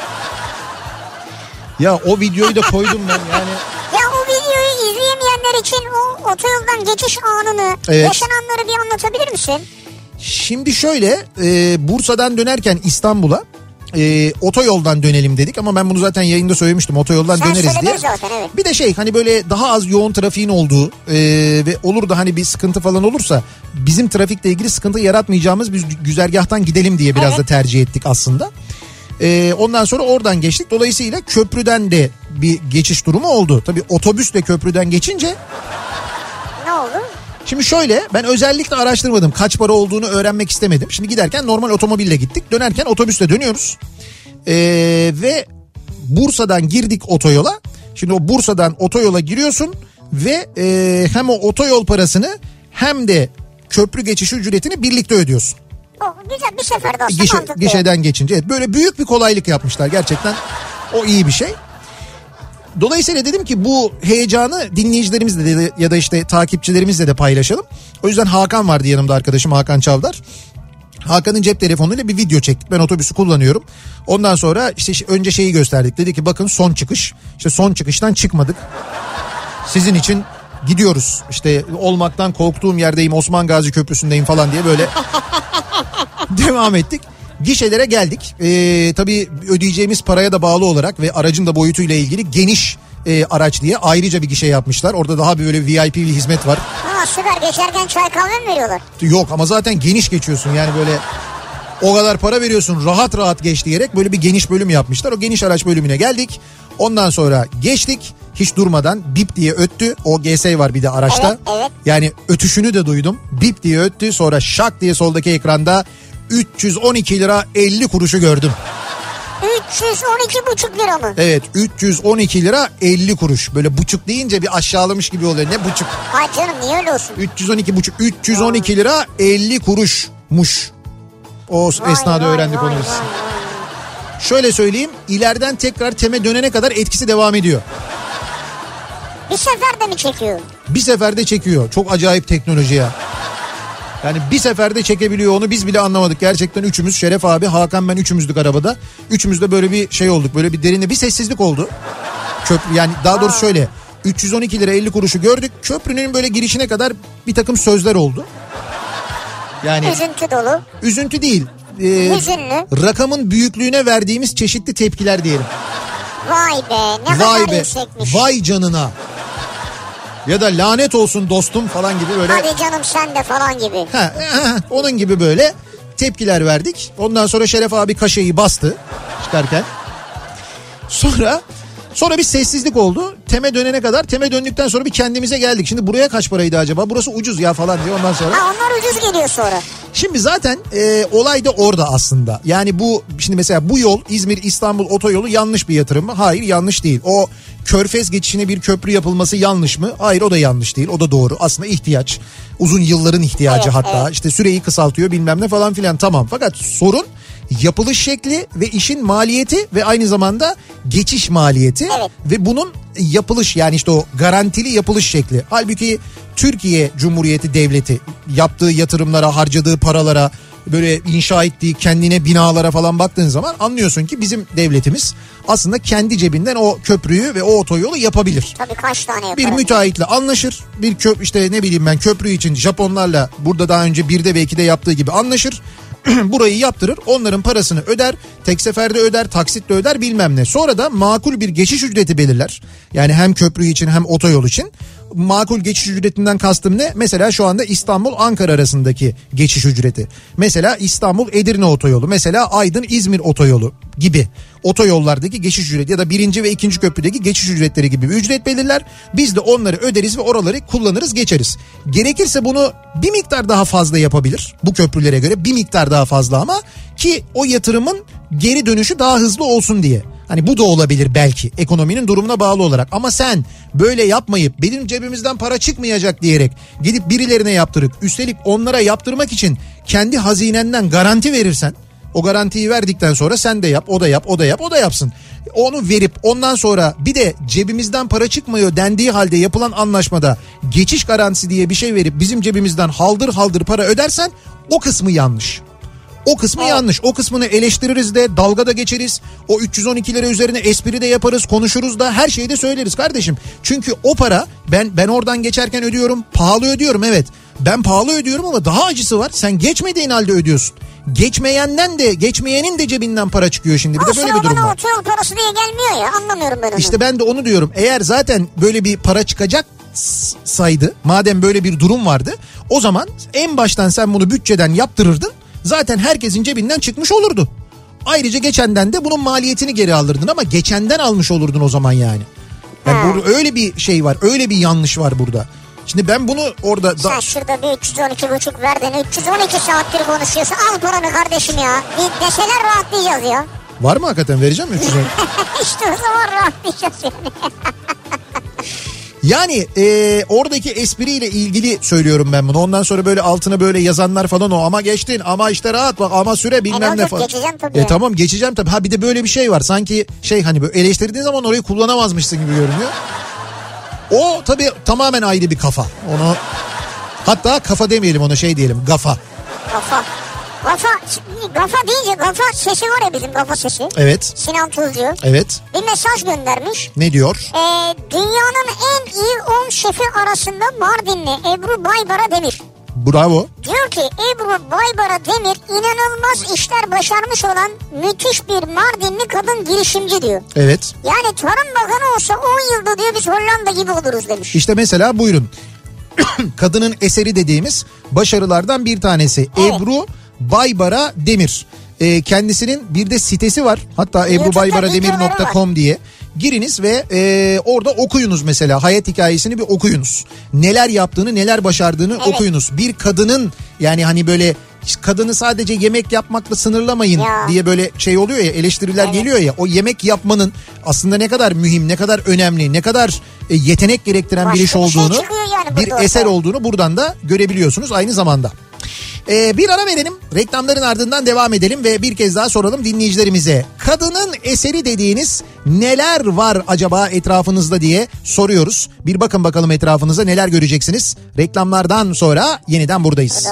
Ya o videoyu da koydum ben yani. Ya o videoyu izleyemeyenler için o otoyoldan geçiş anını, evet, yaşananları bir anlatabilir misin? Şimdi şöyle e, Bursa'dan dönerken İstanbul'a e, otoyoldan dönelim dedik ama ben bunu zaten yayında söylemiştim, otoyoldan sen döneriz diye. Zaten, evet. Bir de şey hani böyle daha az yoğun trafiğin olduğu e, ve olur da hani bir sıkıntı falan olursa bizim trafikle ilgili sıkıntı yaratmayacağımız bir güzergahtan gidelim diye biraz evet. da tercih ettik aslında. E, ondan sonra oradan geçtik. Dolayısıyla köprüden de bir geçiş durumu oldu. Tabii otobüsle köprüden geçince... Ne oldu? Şimdi şöyle, ben özellikle araştırmadım. Kaç para olduğunu öğrenmek istemedim. Şimdi giderken normal otomobille gittik. Dönerken otobüsle dönüyoruz. Ee, ve Bursa'dan girdik otoyola. Şimdi o Bursa'dan otoyola giriyorsun ve e, hem o otoyol parasını hem de köprü geçişi ücretini birlikte ödüyorsun. O güzel, bir seferde aslında Gişe, mantıklı. Gişeden geçince. Evet, böyle büyük bir kolaylık yapmışlar gerçekten. O iyi bir şey. Dolayısıyla dedim ki bu heyecanı dinleyicilerimizle de ya da işte takipçilerimizle de paylaşalım. O yüzden Hakan vardı yanımda, arkadaşım Hakan Çavdar. Hakan'ın cep telefonuyla bir video çektik. Ben otobüsü kullanıyorum. Ondan sonra işte önce şeyi gösterdik. Dedi ki bakın son çıkış. İşte son çıkıştan çıkmadık. Sizin için gidiyoruz. İşte olmaktan korktuğum yerdeyim, Osman Gazi Köprüsü'ndeyim falan diye böyle devam ettik. Gişelere geldik. Ee, tabii ödeyeceğimiz paraya da bağlı olarak ve aracın da boyutuyla ilgili geniş e, araç diye ayrıca bir gişe yapmışlar. Orada daha böyle V I P bir hizmet var. Ha süper, geçerken çay kahve mi veriyorlar? Yok ama zaten geniş geçiyorsun yani böyle o kadar para veriyorsun rahat rahat geç diyerek böyle bir geniş bölüm yapmışlar. O geniş araç bölümüne geldik. Ondan sonra geçtik. Hiç durmadan bip diye öttü. O G S var bir de araçta. Evet, evet. Yani ötüşünü de duydum. Bip diye öttü. Sonra şak diye soldaki ekranda üç yüz on iki lira elli kuruşu gördüm. üç yüz on iki buçuk lira mı? Evet, üç yüz on iki lira elli kuruş. Böyle buçuk deyince bir aşağılamış gibi oluyor. Ne buçuk? Ay canım niye öyle olsun? üç yüz on iki buçuk. üç yüz on iki lira elli kuruşmuş. O vay, esnada vay, öğrendik vay, onu biz. Vay, vay. Şöyle söyleyeyim, ileriden tekrar teme dönene kadar etkisi devam ediyor. Bir seferde mi çekiyor? Bir seferde çekiyor. Çok acayip teknoloji ya. Yani bir seferde çekebiliyor, onu biz bile anlamadık. Gerçekten üçümüz, Şeref abi, Hakan, ben üçümüzdük arabada. Üçümüz de böyle bir şey olduk. Böyle bir derinde bir sessizlik oldu. Köprü, yani daha doğrusu şöyle, üç yüz on iki lira elli kuruşu gördük. Köprünün böyle girişine kadar bir takım sözler oldu. Yani üzüntü dolu. Üzüntü değil. E, Hüzünlü. Rakamın büyüklüğüne verdiğimiz çeşitli tepkiler diyelim. Vay be, ne Vay kadar be, yüksekmiş. vay canına. Ya da lanet olsun dostum falan gibi böyle. Hadi canım sen de falan gibi. Ha, onun gibi böyle tepkiler verdik. Ondan sonra Şeref abi kaşeyi bastı çıkarken. Sonra sonra bir sessizlik oldu. Teme dönene kadar, teme döndükten sonra bir kendimize geldik. Şimdi buraya kaç paraydı acaba? Burası ucuz ya falan diye ondan sonra. Ha, onlar ucuz geliyor sonra. Şimdi zaten e, olay da orada aslında. Yani bu şimdi mesela bu yol, İzmir-İstanbul otoyolu yanlış bir yatırım mı? Hayır, yanlış değil. O Körfez geçişine bir köprü yapılması yanlış mı? Hayır, o da yanlış değil. O da doğru. Aslında ihtiyaç. Uzun yılların ihtiyacı, evet, hatta. Evet. İşte süreyi kısaltıyor bilmem ne falan filan, tamam. Fakat sorun yapılış şekli ve işin maliyeti ve aynı zamanda geçiş maliyeti. Evet. Ve bunun yapılış, yani işte o garantili yapılış şekli. Halbuki Türkiye Cumhuriyeti Devleti yaptığı yatırımlara, harcadığı paralara, böyle inşa ettiği kendine binalara falan baktığın zaman anlıyorsun ki bizim devletimiz aslında kendi cebinden o köprüyü ve o otoyolu yapabilir. Tabii kaç tane yapar. Bir müteahhitle anlaşır. Bir köp işte ne bileyim ben köprü için Japonlarla burada daha önce birde ve ikide yaptığı gibi anlaşır. Burayı yaptırır, onların parasını öder, tek seferde öder, taksitle öder, bilmem ne. Sonra da makul bir geçiş ücreti belirler. Yani hem köprü için hem otoyol için. Makul geçiş ücretinden kastım ne? Mesela şu anda İstanbul-Ankara arasındaki geçiş ücreti. Mesela İstanbul-Edirne otoyolu, mesela Aydın-İzmir otoyolu gibi. Otoyollardaki geçiş ücreti ya da birinci ve ikinci köprüdeki geçiş ücretleri gibi bir ücret belirler. Biz de onları öderiz ve oraları kullanırız, geçeriz. Gerekirse bunu bir miktar daha fazla yapabilir. Bu köprülere göre bir miktar daha fazla, ama ki o yatırımın geri dönüşü daha hızlı olsun diye. Hani bu da olabilir belki, ekonominin durumuna bağlı olarak. Ama sen böyle yapmayıp benim cebimizden para çıkmayacak diyerek gidip birilerine yaptırıp üstelik onlara yaptırmak için kendi hazinenden garanti verirsen, o garantiyi verdikten sonra sen de yap, o da yap, o da yap, o da yapsın. Onu verip ondan sonra bir de cebimizden para çıkmıyor dendiği halde yapılan anlaşmada geçiş garantisi diye bir şey verip bizim cebimizden haldır haldır para ödersen, o kısmı yanlış. O kısmı evet. yanlış. O kısmını eleştiririz de, dalga da geçeriz. O üç yüz on iki lira üzerine espri de yaparız, konuşuruz da, her şeyi de söyleriz kardeşim. Çünkü o para ben ben oradan geçerken ödüyorum. Pahalı ödüyorum, evet. Ben pahalı ödüyorum ama daha acısı var. Sen geçmediğin halde ödüyorsun. Geçmeyenden de, geçmeyenin de cebinden para çıkıyor şimdi. Bir de böyle bir durum var. Otoyol parası diye gelmiyor ya, anlamıyorum ben onu. İşte ben de onu diyorum. Eğer zaten böyle bir para çıkacak saydı, madem böyle bir durum vardı, o zaman en baştan sen bunu bütçeden yaptırırdın. Zaten herkesin cebinden çıkmış olurdu. Ayrıca geçenden de bunun maliyetini geri alırdın, ama geçenden almış olurdun o zaman yani. Yani burada öyle bir şey var, öyle bir yanlış var burada. Şimdi ben bunu orada... Sen da... şurada bir üç yüz on iki buçuk verdin, üç yüz on iki saattir konuşuyorsun, al paranı kardeşim ya. Bir deseler rahatlayacağız ya. Var mı hakikaten, vereceğim mi üç yüz on iki? İşte o zaman rahatlayacağız yani. Yani e, oradaki espriyle ilgili söylüyorum ben bunu. Ondan sonra böyle altına böyle yazanlar falan, o ama geçtin, ama işte rahat bak, ama süre bilmem e, ne falan. Geçeceğim tabii. E, tamam geçeceğim tabii. Ha bir de böyle bir şey var. Sanki şey, hani böyle eleştirdiğin zaman orayı kullanamazmışsın gibi görünüyor. O tabii tamamen ayrı bir kafa. Onu hatta kafa demeyelim, ona şey diyelim, gafa. Gafa. Gafa, gafa deyince gafa sesi var ya, bizim gafa sesi. Evet. Sinan Tuzcu. Evet. Bir mesaj göndermiş. Ne diyor? Ee, dünyanın en iyi on şefi arasında Mardinli Ebru Baybara Demir. Bravo. Diyor ki Ebru Baybara Demir inanılmaz işler başarmış olan müthiş bir Mardinli kadın girişimci diyor. Evet. Yani Tarım Bakanı olsa on yılda diyor biz Hollanda gibi oluruz demiş. İşte mesela buyurun. Kadının eseri dediğimiz başarılardan bir tanesi. Evet. Ebru Baybara Demir. Ee, kendisinin bir de sitesi var. Hatta ebru baybara demir nokta com diye. Giriniz ve e, orada okuyunuz mesela. Hayat hikayesini bir okuyunuz. Neler yaptığını, neler başardığını evet. okuyunuz. Bir kadının, yani hani böyle kadını sadece yemek yapmakla sınırlamayın ya. diye böyle şey oluyor ya, eleştiriler evet. geliyor ya. O yemek yapmanın aslında ne kadar mühim, ne kadar önemli, ne kadar e, yetenek gerektiren Başka bir iş olduğunu, bir, şey yani bir eser olduğunu buradan da görebiliyorsunuz aynı zamanda. Ee, bir ara verelim. Reklamların ardından devam edelim ve bir kez daha soralım dinleyicilerimize. Kadının eseri dediğiniz neler var acaba etrafınızda diye soruyoruz. Bir bakın bakalım etrafınıza neler göreceksiniz. Reklamlardan sonra yeniden buradayız.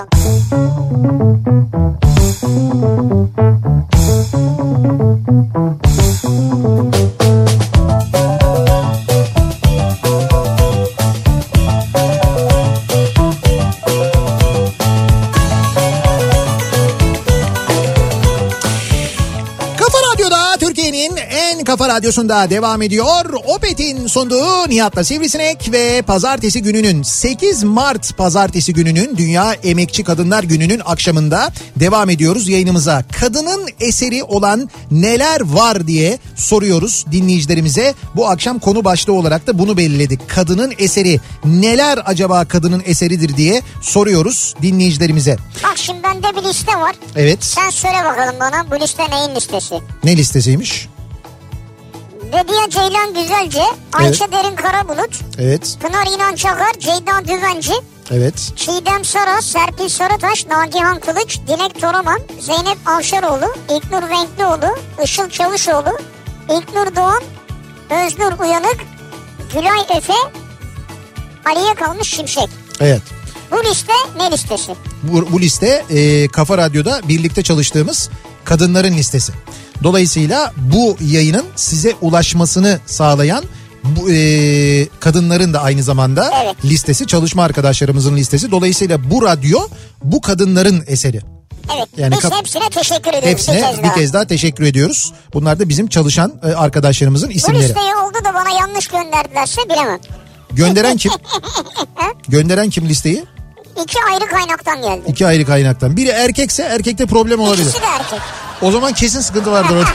Kafa Radyosu'nda devam ediyor. Opet'in sunduğu Nihat'la Sivrisinek ve pazartesi gününün sekiz Mart pazartesi gününün Dünya Emekçi Kadınlar Günü'nün akşamında devam ediyoruz yayınımıza. Kadının eseri olan neler var diye soruyoruz dinleyicilerimize. Bu akşam konu başlığı olarak da bunu belirledik. Kadının eseri neler acaba kadının eseridir diye soruyoruz dinleyicilerimize. Bak şimdi bende bir liste var. Evet. Sen söyle bakalım bana, bu liste neyin listesi? Ne listesiymiş? Bediye Ceylan Güzelce, Ayşe evet. Derin Karabulut, evet. Pınar İnan Çakar, Ceyda Düvenci, evet. Çiğdem Sara, Serpil Sarıtaş, Nagihan Kılıç, Dilek Toraman, Zeynep Avşaroğlu, İlknur Renklioğlu, Işıl Çavuşoğlu, İlknur Doğan, Öznur Uyanık, Gülay Efe, Aliye Kalmış Şimşek. Evet. Bu liste ne listesi? Bu, bu liste e, Kafa Radyo'da birlikte çalıştığımız kadınların listesi. Dolayısıyla bu yayının size ulaşmasını sağlayan bu, e, kadınların da aynı zamanda evet. listesi, çalışma arkadaşlarımızın listesi. Dolayısıyla bu radyo bu kadınların eseri. Evet, yani biz hepsine teşekkür ediyoruz. Hepsine bir kez, bir kez daha teşekkür ediyoruz. Bunlar da bizim çalışan e, arkadaşlarımızın isimleri. Bu listeyi oldu da bana yanlış gönderdilerse bilemem. Gönderen kim? Gönderen kim listeyi? İki ayrı kaynaktan geldi. İki ayrı kaynaktan. Biri erkekse erkekte problem olabilir. İkisi de erkek. O zaman kesin sıkıntı vardır orada.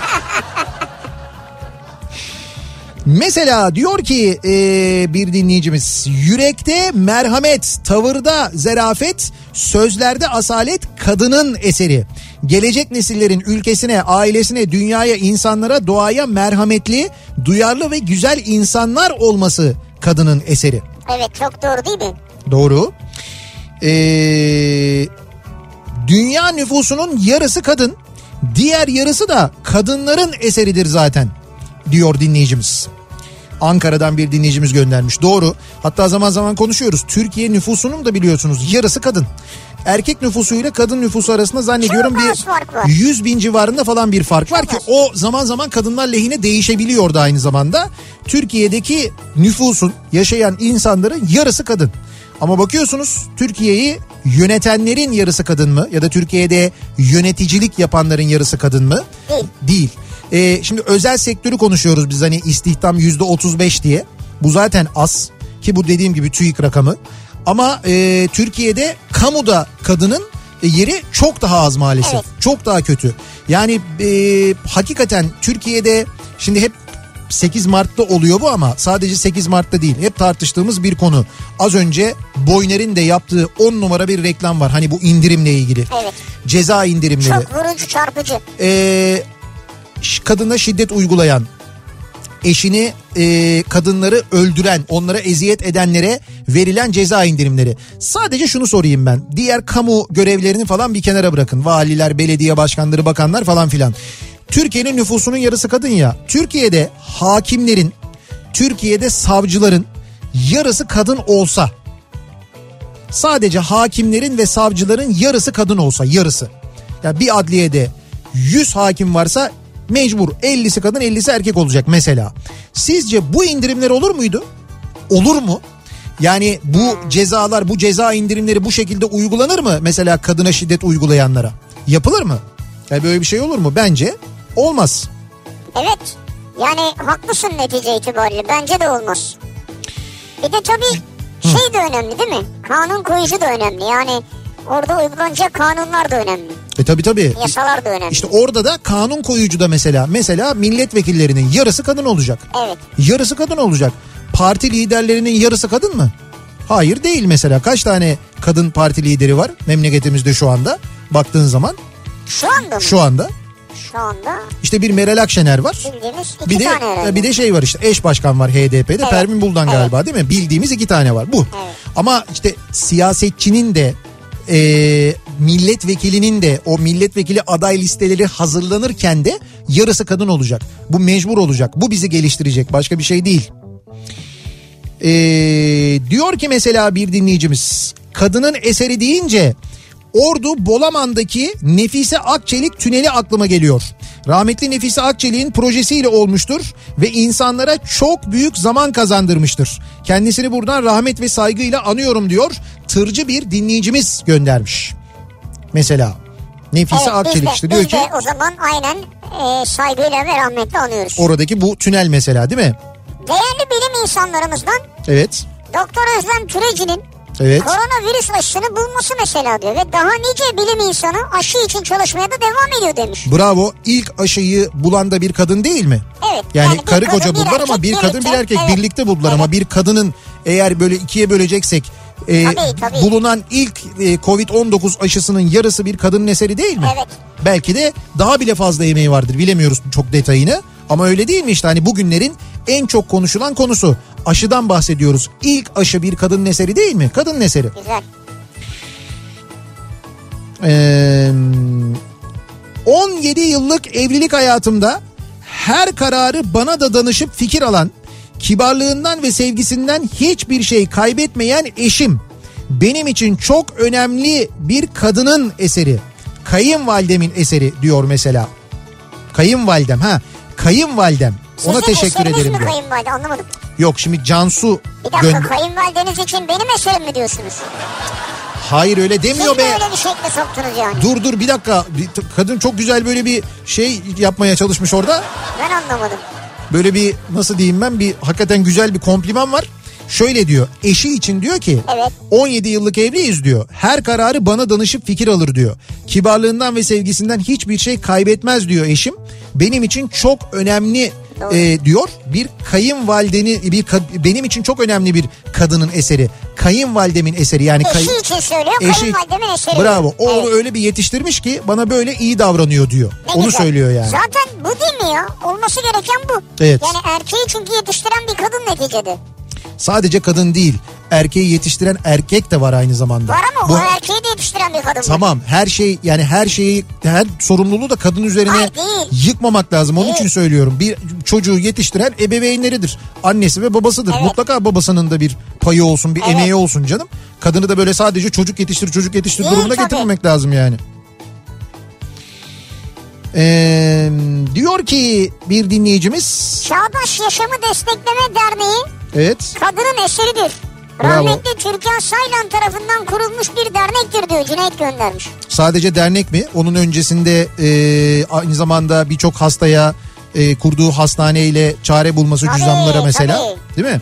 Mesela diyor ki ee, bir dinleyicimiz, yürekte merhamet, tavırda zarafet, sözlerde asalet kadının eseri. Gelecek nesillerin ülkesine, ailesine, dünyaya, insanlara, doğaya merhametli, duyarlı ve güzel insanlar olması kadının eseri. Evet, çok doğru değil mi? Doğru. Ee, dünya nüfusunun yarısı kadın, diğer yarısı da kadınların eseridir zaten diyor dinleyicimiz. Ankara'dan bir dinleyicimiz göndermiş. Doğru. Hatta zaman zaman konuşuyoruz. Türkiye nüfusunun da biliyorsunuz yarısı kadın. Erkek nüfusuyla kadın nüfusu arasında zannediyorum bir yüz bin civarında falan bir fark var ki o zaman zaman kadınlar lehine değişebiliyor da aynı zamanda. Türkiye'deki nüfusun, yaşayan insanların yarısı kadın. Ama bakıyorsunuz Türkiye'yi yönetenlerin yarısı kadın mı? Ya da Türkiye'de yöneticilik yapanların yarısı kadın mı? Değil. Değil. Ee, şimdi özel sektörü konuşuyoruz biz, hani istihdam yüzde otuz beş diye. Bu zaten az ki bu dediğim gibi TÜİK rakamı. Ama e, Türkiye'de kamuda kadının e, yeri çok daha az maalesef. Evet. Çok daha kötü. Yani e, hakikaten Türkiye'de şimdi hep sekiz Mart'ta oluyor bu ama sadece sekiz Mart'ta değil. Hep tartıştığımız bir konu. Az önce Boyner'in de yaptığı on numara bir reklam var. Hani bu indirimle ilgili. Evet. Ceza indirimleri. Çok vurucu, çarpıcı. Ee, kadına şiddet uygulayan, eşini, e, kadınları öldüren, onlara eziyet edenlere verilen ceza indirimleri. Sadece şunu sorayım ben. Diğer kamu görevlerini falan bir kenara bırakın. Valiler, belediye başkanları, bakanlar falan filan. Türkiye'nin nüfusunun yarısı kadın ya. Türkiye'de hakimlerin, Türkiye'de savcıların yarısı kadın olsa, sadece hakimlerin ve savcıların yarısı kadın olsa, yarısı. Yani bir adliyede yüz hakim varsa mecbur ellisi kadın ellisi erkek olacak mesela. Sizce bu indirimler olur muydu? Olur mu? Yani bu cezalar, bu ceza indirimleri bu şekilde uygulanır mı? Mesela kadına şiddet uygulayanlara. Yapılır mı? Yani böyle bir şey olur mu? Bence olmaz. Evet. Yani haklısın netice itibariyle. Bence de olmaz. Bir de tabii Hı. şey de önemli değil mi? Kanun koyucu da önemli. Yani orada uygulanacak kanunlar da önemli. E tabii tabii. Yasalar da önemli. İşte orada da kanun koyucu da mesela. Mesela milletvekillerinin yarısı kadın olacak. Evet. Yarısı kadın olacak. Parti liderlerinin yarısı kadın mı? Hayır değil mesela. Kaç tane kadın parti lideri var memleketimizde şu anda? Baktığın zaman. Şu anda mı? Şu anda. Şu anda. İşte bir Meral Akşener var. Bildiğimiz iki bir de, tane herhalde. Bir de şey var işte, eş başkan var H D P'de. Evet. Pervin Buldan galiba, evet. Değil mi? Bildiğimiz iki tane var bu. Evet. Ama işte siyasetçinin de e, milletvekilinin de o milletvekili aday listeleri hazırlanırken de yarısı kadın olacak. Bu mecbur olacak. Bu bizi geliştirecek. Başka bir şey değil. E, diyor ki mesela bir dinleyicimiz, kadının eseri deyince Ordu Bolaman'daki Nefise Akçelik tüneli aklıma geliyor. Rahmetli Nefise Akçelik'in projesiyle olmuştur ve insanlara çok büyük zaman kazandırmıştır. Kendisini buradan rahmet ve saygıyla anıyorum diyor. Tırcı bir dinleyicimiz göndermiş. Mesela Nefise evet, Akçelik de, işte diyor ki. o zaman aynen e, saygıyla ve rahmetle anıyoruz. Oradaki bu tünel mesela değil mi? Değerli bilim insanlarımızdan Evet. Doktor Özlem Türeci'nin Evet. koronavirüs aşısını bulması mesela diyor. Ve daha nice bilim insanı aşı için çalışmaya da devam ediyor demiş. Bravo. İlk aşıyı bulan da bir kadın değil mi? Evet. Yani, yani karı kadın, koca buldular ama bir birlikte, kadın bir erkek evet. birlikte buldular. Evet. Ama bir kadının eğer böyle ikiye böleceksek e, tabii, tabii. bulunan ilk e, covid on dokuz aşısının yarısı bir kadının eseri değil mi? Evet. Belki de daha bile fazla emeği vardır, bilemiyoruz çok detayını. Ama öyle değil mi işte, hani bugünlerin en çok konuşulan konusu. Aşıdan bahsediyoruz. İlk aşı bir kadının eseri değil mi? Kadının eseri. Güzel. Ee, on yedi yıllık evlilik hayatımda her kararı bana da danışıp fikir alan, kibarlığından ve sevgisinden hiçbir şey kaybetmeyen eşim benim için çok önemli bir kadının eseri. Kayınvalidemin eseri diyor mesela. Kayınvalidem ha. Kayınvalidem. Ona Sizin teşekkür eseriniz ederim mi diyor. kayınvalide, anlamadım. Yok şimdi Cansu Bir dakika gönder. kayınvalideniz için benim eserim mi diyorsunuz? Hayır öyle demiyor Siz be. mi öyle bir şekle soktunuz yani? Dur dur bir dakika. Bir- Kadın çok güzel böyle bir şey yapmaya çalışmış orada. Ben anlamadım. Böyle bir nasıl diyeyim ben, bir hakikaten güzel bir kompliman var. Şöyle diyor, eşi için diyor ki Evet. on yedi yıllık evliyiz diyor. Her kararı bana danışıp fikir alır diyor. Kibarlığından ve sevgisinden hiçbir şey kaybetmez diyor eşim. Benim için çok önemli e, diyor. Bir kayınvalideni bir kad- benim için çok önemli bir kadının eseri. Kayınvalidemin eseri yani. Eşi kay- için söylüyor, Eşi- kayınvalidemin eseri. Bravo. O Evet. onu öyle bir yetiştirmiş ki bana böyle iyi davranıyor diyor. Ne onu güzel. söylüyor yani. Zaten bu değil mi ya? Olması gereken bu. Evet. Yani erkeği çünkü yetiştiren bir kadın neticede. Sadece kadın değil, erkeği yetiştiren erkek de var aynı zamanda. Var ama Bu- o erkeği de yetiştiren bir kadın. Tamam, her şey yani her şeyi, her sorumluluğu da kadın üzerine Hayır, değil. yıkmamak lazım. Onun Değil. için söylüyorum. Bir çocuğu yetiştiren ebeveynleridir. Annesi ve babasıdır. Evet. Mutlaka babasının da bir payı olsun, bir Evet. emeği olsun canım. Kadını da böyle sadece çocuk yetiştir çocuk yetiştir Değil, durumuna tabii. getirmemek lazım yani. Ee, diyor ki bir dinleyicimiz. Çağdaş Yaşamı Destekleme Derneği Evet. kadının eseridir. Bravo. Rahmetli Türkan Saylan tarafından kurulmuş bir dernektir diyor. Cüneyt göndermiş. Sadece dernek mi? Onun öncesinde e, aynı zamanda birçok hastaya e, kurduğu hastaneyle çare bulması Tabii, cüzdanlara mesela. tabii. Değil mi?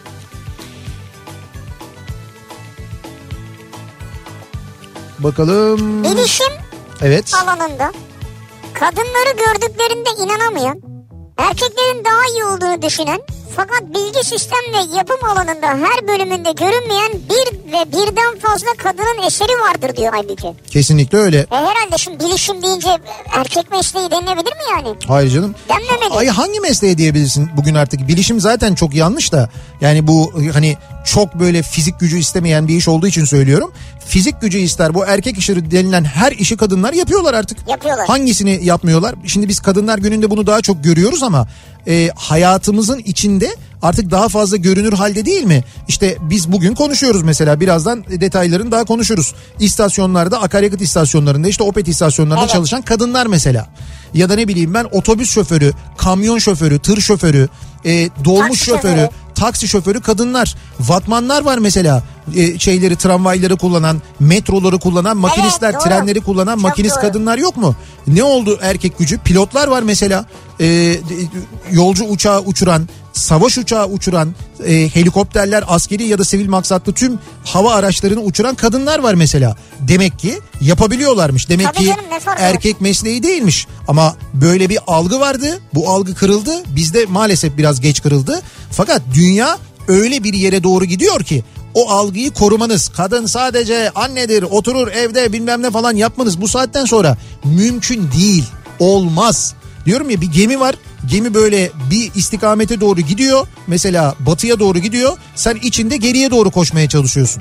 Bakalım. Bilişim Evet. alanında kadınları gördüklerinde inanamayan, erkeklerin daha iyi olduğunu düşünen fakat bilgi sistem ve yapım alanında her bölümünde görünmeyen bir ve birden fazla kadının eseri vardır diyor halbuki. Kesinlikle öyle. E herhalde şimdi bilişim deyince erkek mesleği denilebilir mi yani? Hayır canım. Denmemeli. Ay hangi mesleğe diyebilirsin bugün artık? Bilişim zaten çok yanlış da. Yani bu hani çok böyle fizik gücü istemeyen bir iş olduğu için söylüyorum. Fizik gücü ister, bu erkek işi denilen her işi kadınlar yapıyorlar artık. Yapıyorlar. Hangisini yapmıyorlar? Şimdi biz Kadınlar Günü'nde bunu daha çok görüyoruz ama e, hayatımızın içinde artık daha fazla görünür halde değil mi? İşte biz bugün konuşuyoruz mesela, birazdan detaylarını daha konuşuruz. İstasyonlarda, akaryakıt istasyonlarında, işte Opet istasyonlarında Evet. çalışan kadınlar mesela. Ya da ne bileyim ben, otobüs şoförü, kamyon şoförü, tır şoförü, e, dolmuş Taksi şoförü, şoförü. taksi şoförü kadınlar. Vatmanlar var mesela, e, şeyleri, tramvayları kullanan, metroları kullanan, makinistler, doğru. trenleri kullanan Çok makinist doğru. kadınlar yok mu? Ne oldu erkek gücü? Pilotlar var mesela. E, de- yolcu uçağı uçuran, savaş uçağı uçuran, e, helikopterler, askeri ya da sivil maksatlı tüm hava araçlarını uçuran kadınlar var mesela. Demek ki yapabiliyorlarmış. Demek Tabii ki canım, ne farkı var? erkek mesleği değilmiş. Ama böyle bir algı vardı. Bu algı kırıldı. Bizde maalesef biraz geç kırıldı. Fakat dünya öyle bir yere doğru gidiyor ki o algıyı korumanız, kadın sadece annedir, oturur evde bilmem ne falan yapmanız bu saatten sonra mümkün değil. Olmaz. Diyorum ya, bir gemi var. Gemi böyle bir istikamete doğru gidiyor. Mesela batıya doğru gidiyor. Sen içinde geriye doğru koşmaya çalışıyorsun.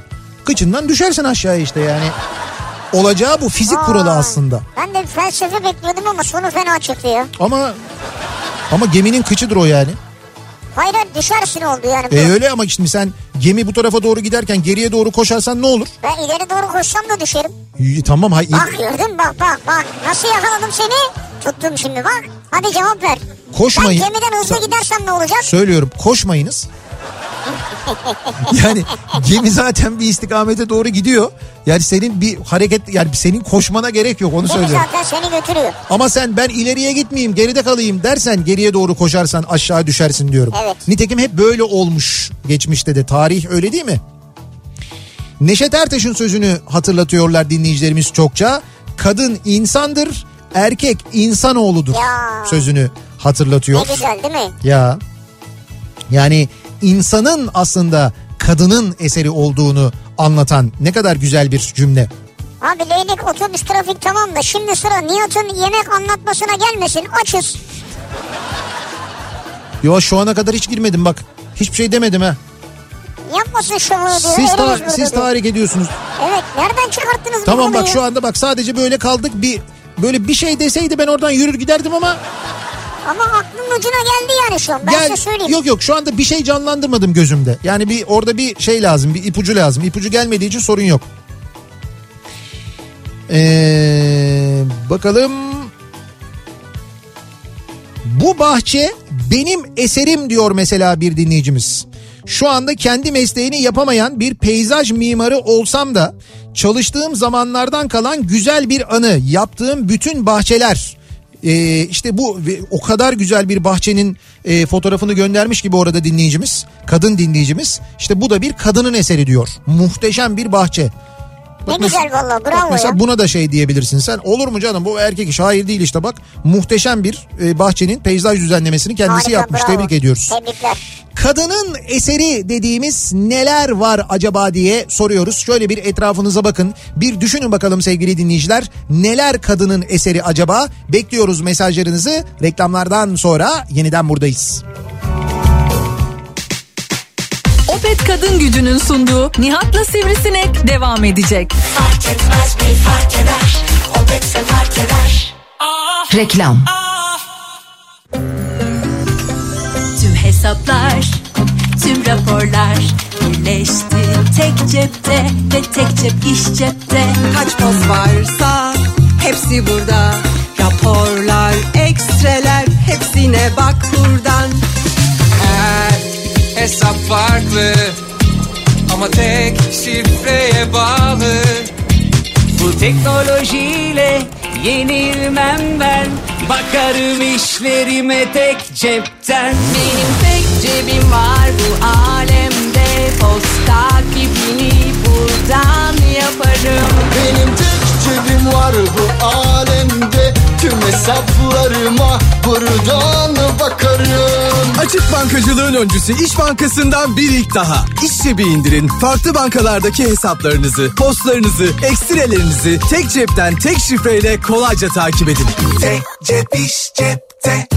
Kıçından düşersin aşağıya işte yani. Olacağı bu, fizik Aa, kuralı aslında. Ben de felsefe bekliyordum ama sonu fena çıktı ya. Ama ama geminin kıçıdır o yani. Hayır düşersin oldu yani. E öyle ama şimdi sen gemi bu tarafa doğru giderken geriye doğru koşarsan ne olur? Ben ileri doğru koşsam da düşerim. E, tamam. Hay- Bak gördün bak bak bak. Nasıl yakaladım seni? Tuttum şimdi bak. Hadi cevap ver. Koşmayın. Ben gemiden hızlı Sa- gidersem ne olacak? Söylüyorum, koşmayınız. Yani gemi zaten bir istikamete doğru gidiyor. Yani senin bir hareket, yani senin koşmana gerek yok, onu Gemi söylüyorum. zaten seni götürüyor. Ama sen ben ileriye gitmeyeyim geride kalayım dersen, geriye doğru koşarsan aşağı düşersin diyorum. Evet. Nitekim hep böyle olmuş geçmişte de, tarih öyle değil mi? Neşet Ertaş'ın sözünü hatırlatıyorlar dinleyicilerimiz çokça. Kadın insandır, erkek insanoğludur Ya. sözünü hatırlatıyor. Ne güzel değil mi? Ya yani insanın aslında kadının eseri olduğunu anlatan ne kadar güzel bir cümle. Abi leylek otobüs trafik tamam da şimdi sıra Nihat'ın yemek anlatmasına gelmesin, açız. Yo, şu ana kadar hiç girmedim bak. Hiçbir şey demedim ha. Yapmasın şovunu diyor. Siz, ta- eriyoruz burada siz diyor. tahrik ediyorsunuz. Evet, nereden çıkarttınız bu Tamam bak, konuyu? şu anda bak sadece böyle kaldık, bir böyle bir şey deseydi ben oradan yürür giderdim ama Ama aklın ucuna geldi yani şu an. Ben gel, size söyleyeyim. yok yok şu anda bir şey canlandırmadım gözümde. Yani bir orada bir şey lazım, bir ipucu lazım. İpucu gelmediği için sorun yok. Ee, bakalım. Bu bahçe benim eserim diyor mesela bir dinleyicimiz. Şu anda kendi mesleğini yapamayan bir peyzaj mimarı olsam da çalıştığım zamanlardan kalan güzel bir anı, yaptığım bütün bahçeler. Ee, işte bu o kadar güzel bir bahçenin e, fotoğrafını göndermiş gibi orada dinleyicimiz, kadın dinleyicimiz. İşte bu da bir kadının eseri diyor. Muhteşem bir bahçe. Ne Bak güzel mesela- valla, bak bravo mesela ya. buna da şey diyebilirsin sen. Olur mu canım, bu erkek iş, hayır değil işte bak. Muhteşem bir e, bahçenin peyzaj düzenlemesini kendisi Harika, yapmış. bravo. Tebrik ediyoruz. Tebrikler. Kadının eseri dediğimiz neler var acaba diye soruyoruz. Şöyle bir etrafınıza bakın. Bir düşünün bakalım sevgili dinleyiciler. Neler kadının eseri acaba? Bekliyoruz mesajlarınızı. Reklamlardan sonra yeniden buradayız. Opet Kadın Gücü'nün sunduğu Nihat'la Sivrisinek devam edecek. Fark etmez mi fark eder? Opetse fark eder. Reklam. Tüm hesaplar, tüm raporlar birleşti tek cepte ve tek cep iş cepte. Kaç poz varsa hepsi burada. Raporlar, ekstreler hepsine bak buradan. Her hesap farklı ama tek şifreye bağlı. Bu teknolojiyle yenilmem ben. Bakarım işlerime tek cepten. Benim tek cebim var bu alemde. Posta gibini buradan yaparım. Benim tek cebim var bu alemde. Tüm hesaplarıma buradan bakarım. Açık bankacılığın öncüsü İş Bankası'ndan bir ilk daha. İş cebi indirin. Farklı bankalardaki hesaplarınızı, postlarınızı, ekstrelerinizi tek cepten tek şifreyle kolayca takip edin. Tek cep iş cepte.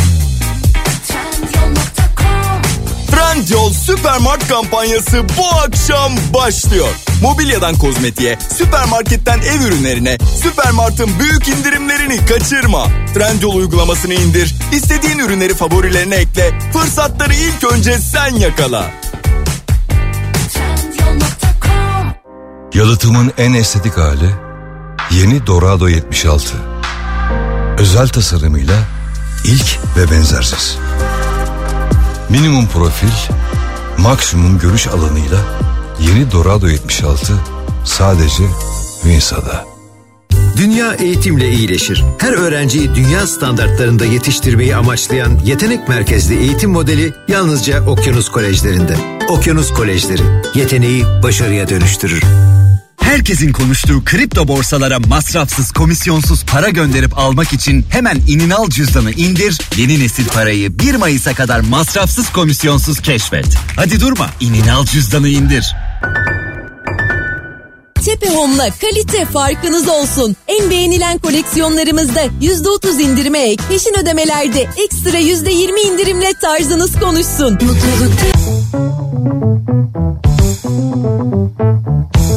Trendyol Süpermart kampanyası bu akşam başlıyor. Mobilyadan kozmetiğe, süpermarketten ev ürünlerine, Süpermart'ın büyük indirimlerini kaçırma. Trendyol uygulamasını indir, istediğin ürünleri favorilerine ekle, fırsatları ilk önce sen yakala. Yalıtımın en estetik hali yeni Dorado yetmiş altı. Özel tasarımıyla ilk ve benzersiz. Minimum profil, maksimum görüş alanıyla yeni Dorado yetmiş altı sadece Winsa'da. Dünya eğitimle iyileşir. Her öğrenciyi dünya standartlarında yetiştirmeyi amaçlayan yetenek merkezli eğitim modeli yalnızca Okyanus Kolejlerinde. Okyanus Kolejleri, yeteneği başarıya dönüştürür. Herkesin konuştuğu kripto borsalara masrafsız, komisyonsuz para gönderip almak için hemen İninal cüzdanı indir, yeni nesil parayı bir Mayıs'a kadar masrafsız, komisyonsuz keşfet. Hadi durma, İninal cüzdanı indir. Tepe Home'la kalite farkınız olsun. En beğenilen koleksiyonlarımızda yüzde otuz indirime ek, peşin ödemelerde ekstra yüzde yirmi indirimle tarzınız konuşsun. Mutlulukta.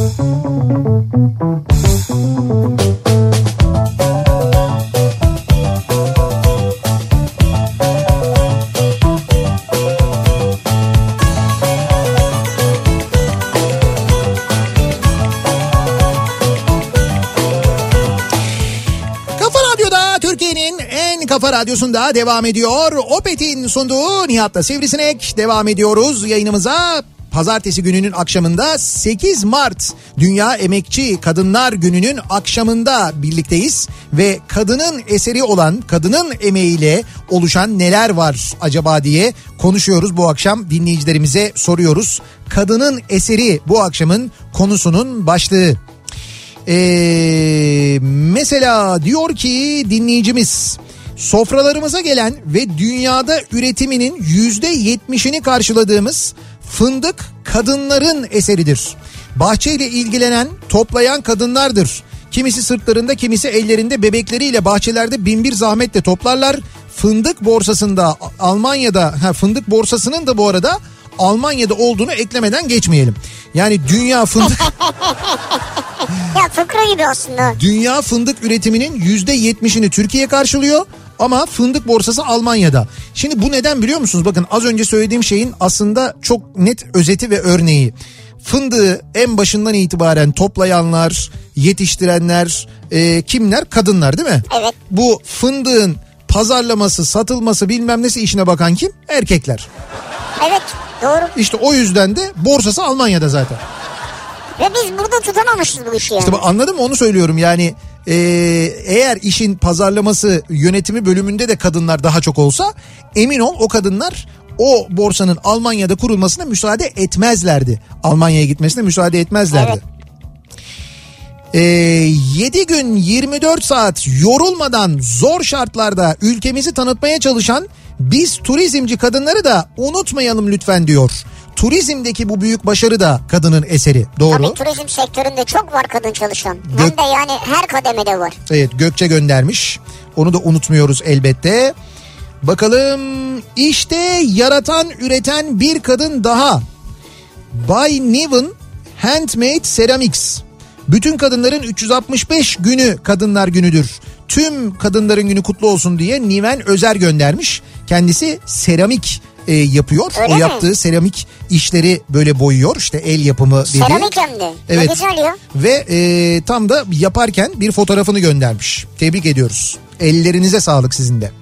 Kafa Radyosu'nda devam ediyor. Opet'in sunduğu Nihat'la Sivrisinek devam ediyoruz yayınımıza. Pazartesi gününün akşamında sekiz Mart Dünya Emekçi Kadınlar Günü'nün akşamında birlikteyiz. Ve kadının eseri olan, kadının emeğiyle oluşan neler var acaba diye konuşuyoruz. Bu akşam dinleyicilerimize soruyoruz. Kadının eseri bu akşamın konusunun başlığı. Ee, mesela diyor ki dinleyicimiz, sofralarımıza gelen ve dünyada üretiminin yüzde yetmişini karşıladığımız fındık kadınların eseridir. Bahçeyle ilgilenen, toplayan kadınlardır. Kimisi sırtlarında, kimisi ellerinde bebekleriyle bahçelerde binbir zahmetle toplarlar. Fındık borsasında Almanya'da, ha fındık borsasının da bu arada Almanya'da olduğunu eklemeden geçmeyelim. Yani dünya fındık... Ya fıkra gibi aslında. Dünya fındık üretiminin yüzde yetmişini Türkiye karşılıyor. Ama fındık borsası Almanya'da. Şimdi bu neden biliyor musunuz? Bakın az önce söylediğim şeyin aslında çok net özeti ve örneği. Fındığı en başından itibaren toplayanlar, yetiştirenler, e, kimler? Kadınlar değil mi? Evet. Bu fındığın pazarlaması, satılması bilmem nesi işine bakan kim? Erkekler. Evet, doğru. İşte o yüzden de borsası Almanya'da zaten. Ve biz burada tutamamışız bu işi yani. İşte anladın mı, onu söylüyorum yani. Ee, eğer işin pazarlaması, yönetimi bölümünde de kadınlar daha çok olsa emin ol o kadınlar o borsanın Almanya'da kurulmasına müsaade etmezlerdi. Almanya'ya gitmesine müsaade etmezlerdi. Evet. Ee, yedi gün yirmi dört saat yorulmadan zor şartlarda ülkemizi tanıtmaya çalışan biz turizmci kadınları da unutmayalım lütfen diyor. Turizmdeki bu büyük başarı da kadının eseri. Doğru. Tabii turizm sektöründe çok var kadın çalışan. Gök... Hem de yani her kademede var. Evet, Gökçe göndermiş. Onu da unutmuyoruz elbette. Bakalım, işte yaratan üreten bir kadın daha. Bay Niven Handmade Ceramics. Bütün kadınların üç yüz altmış beş günü kadınlar günüdür. Tüm kadınların günü kutlu olsun diye Niven Özer göndermiş. Kendisi seramik e, yapıyor. Öyle o mi? yaptığı seramik işleri böyle boyuyor. İşte el yapımı dedi. Seramik hem de. Evet. Ne güzel ya. Ve e, tam da yaparken bir fotoğrafını göndermiş. Tebrik ediyoruz. Ellerinize sağlık sizin de.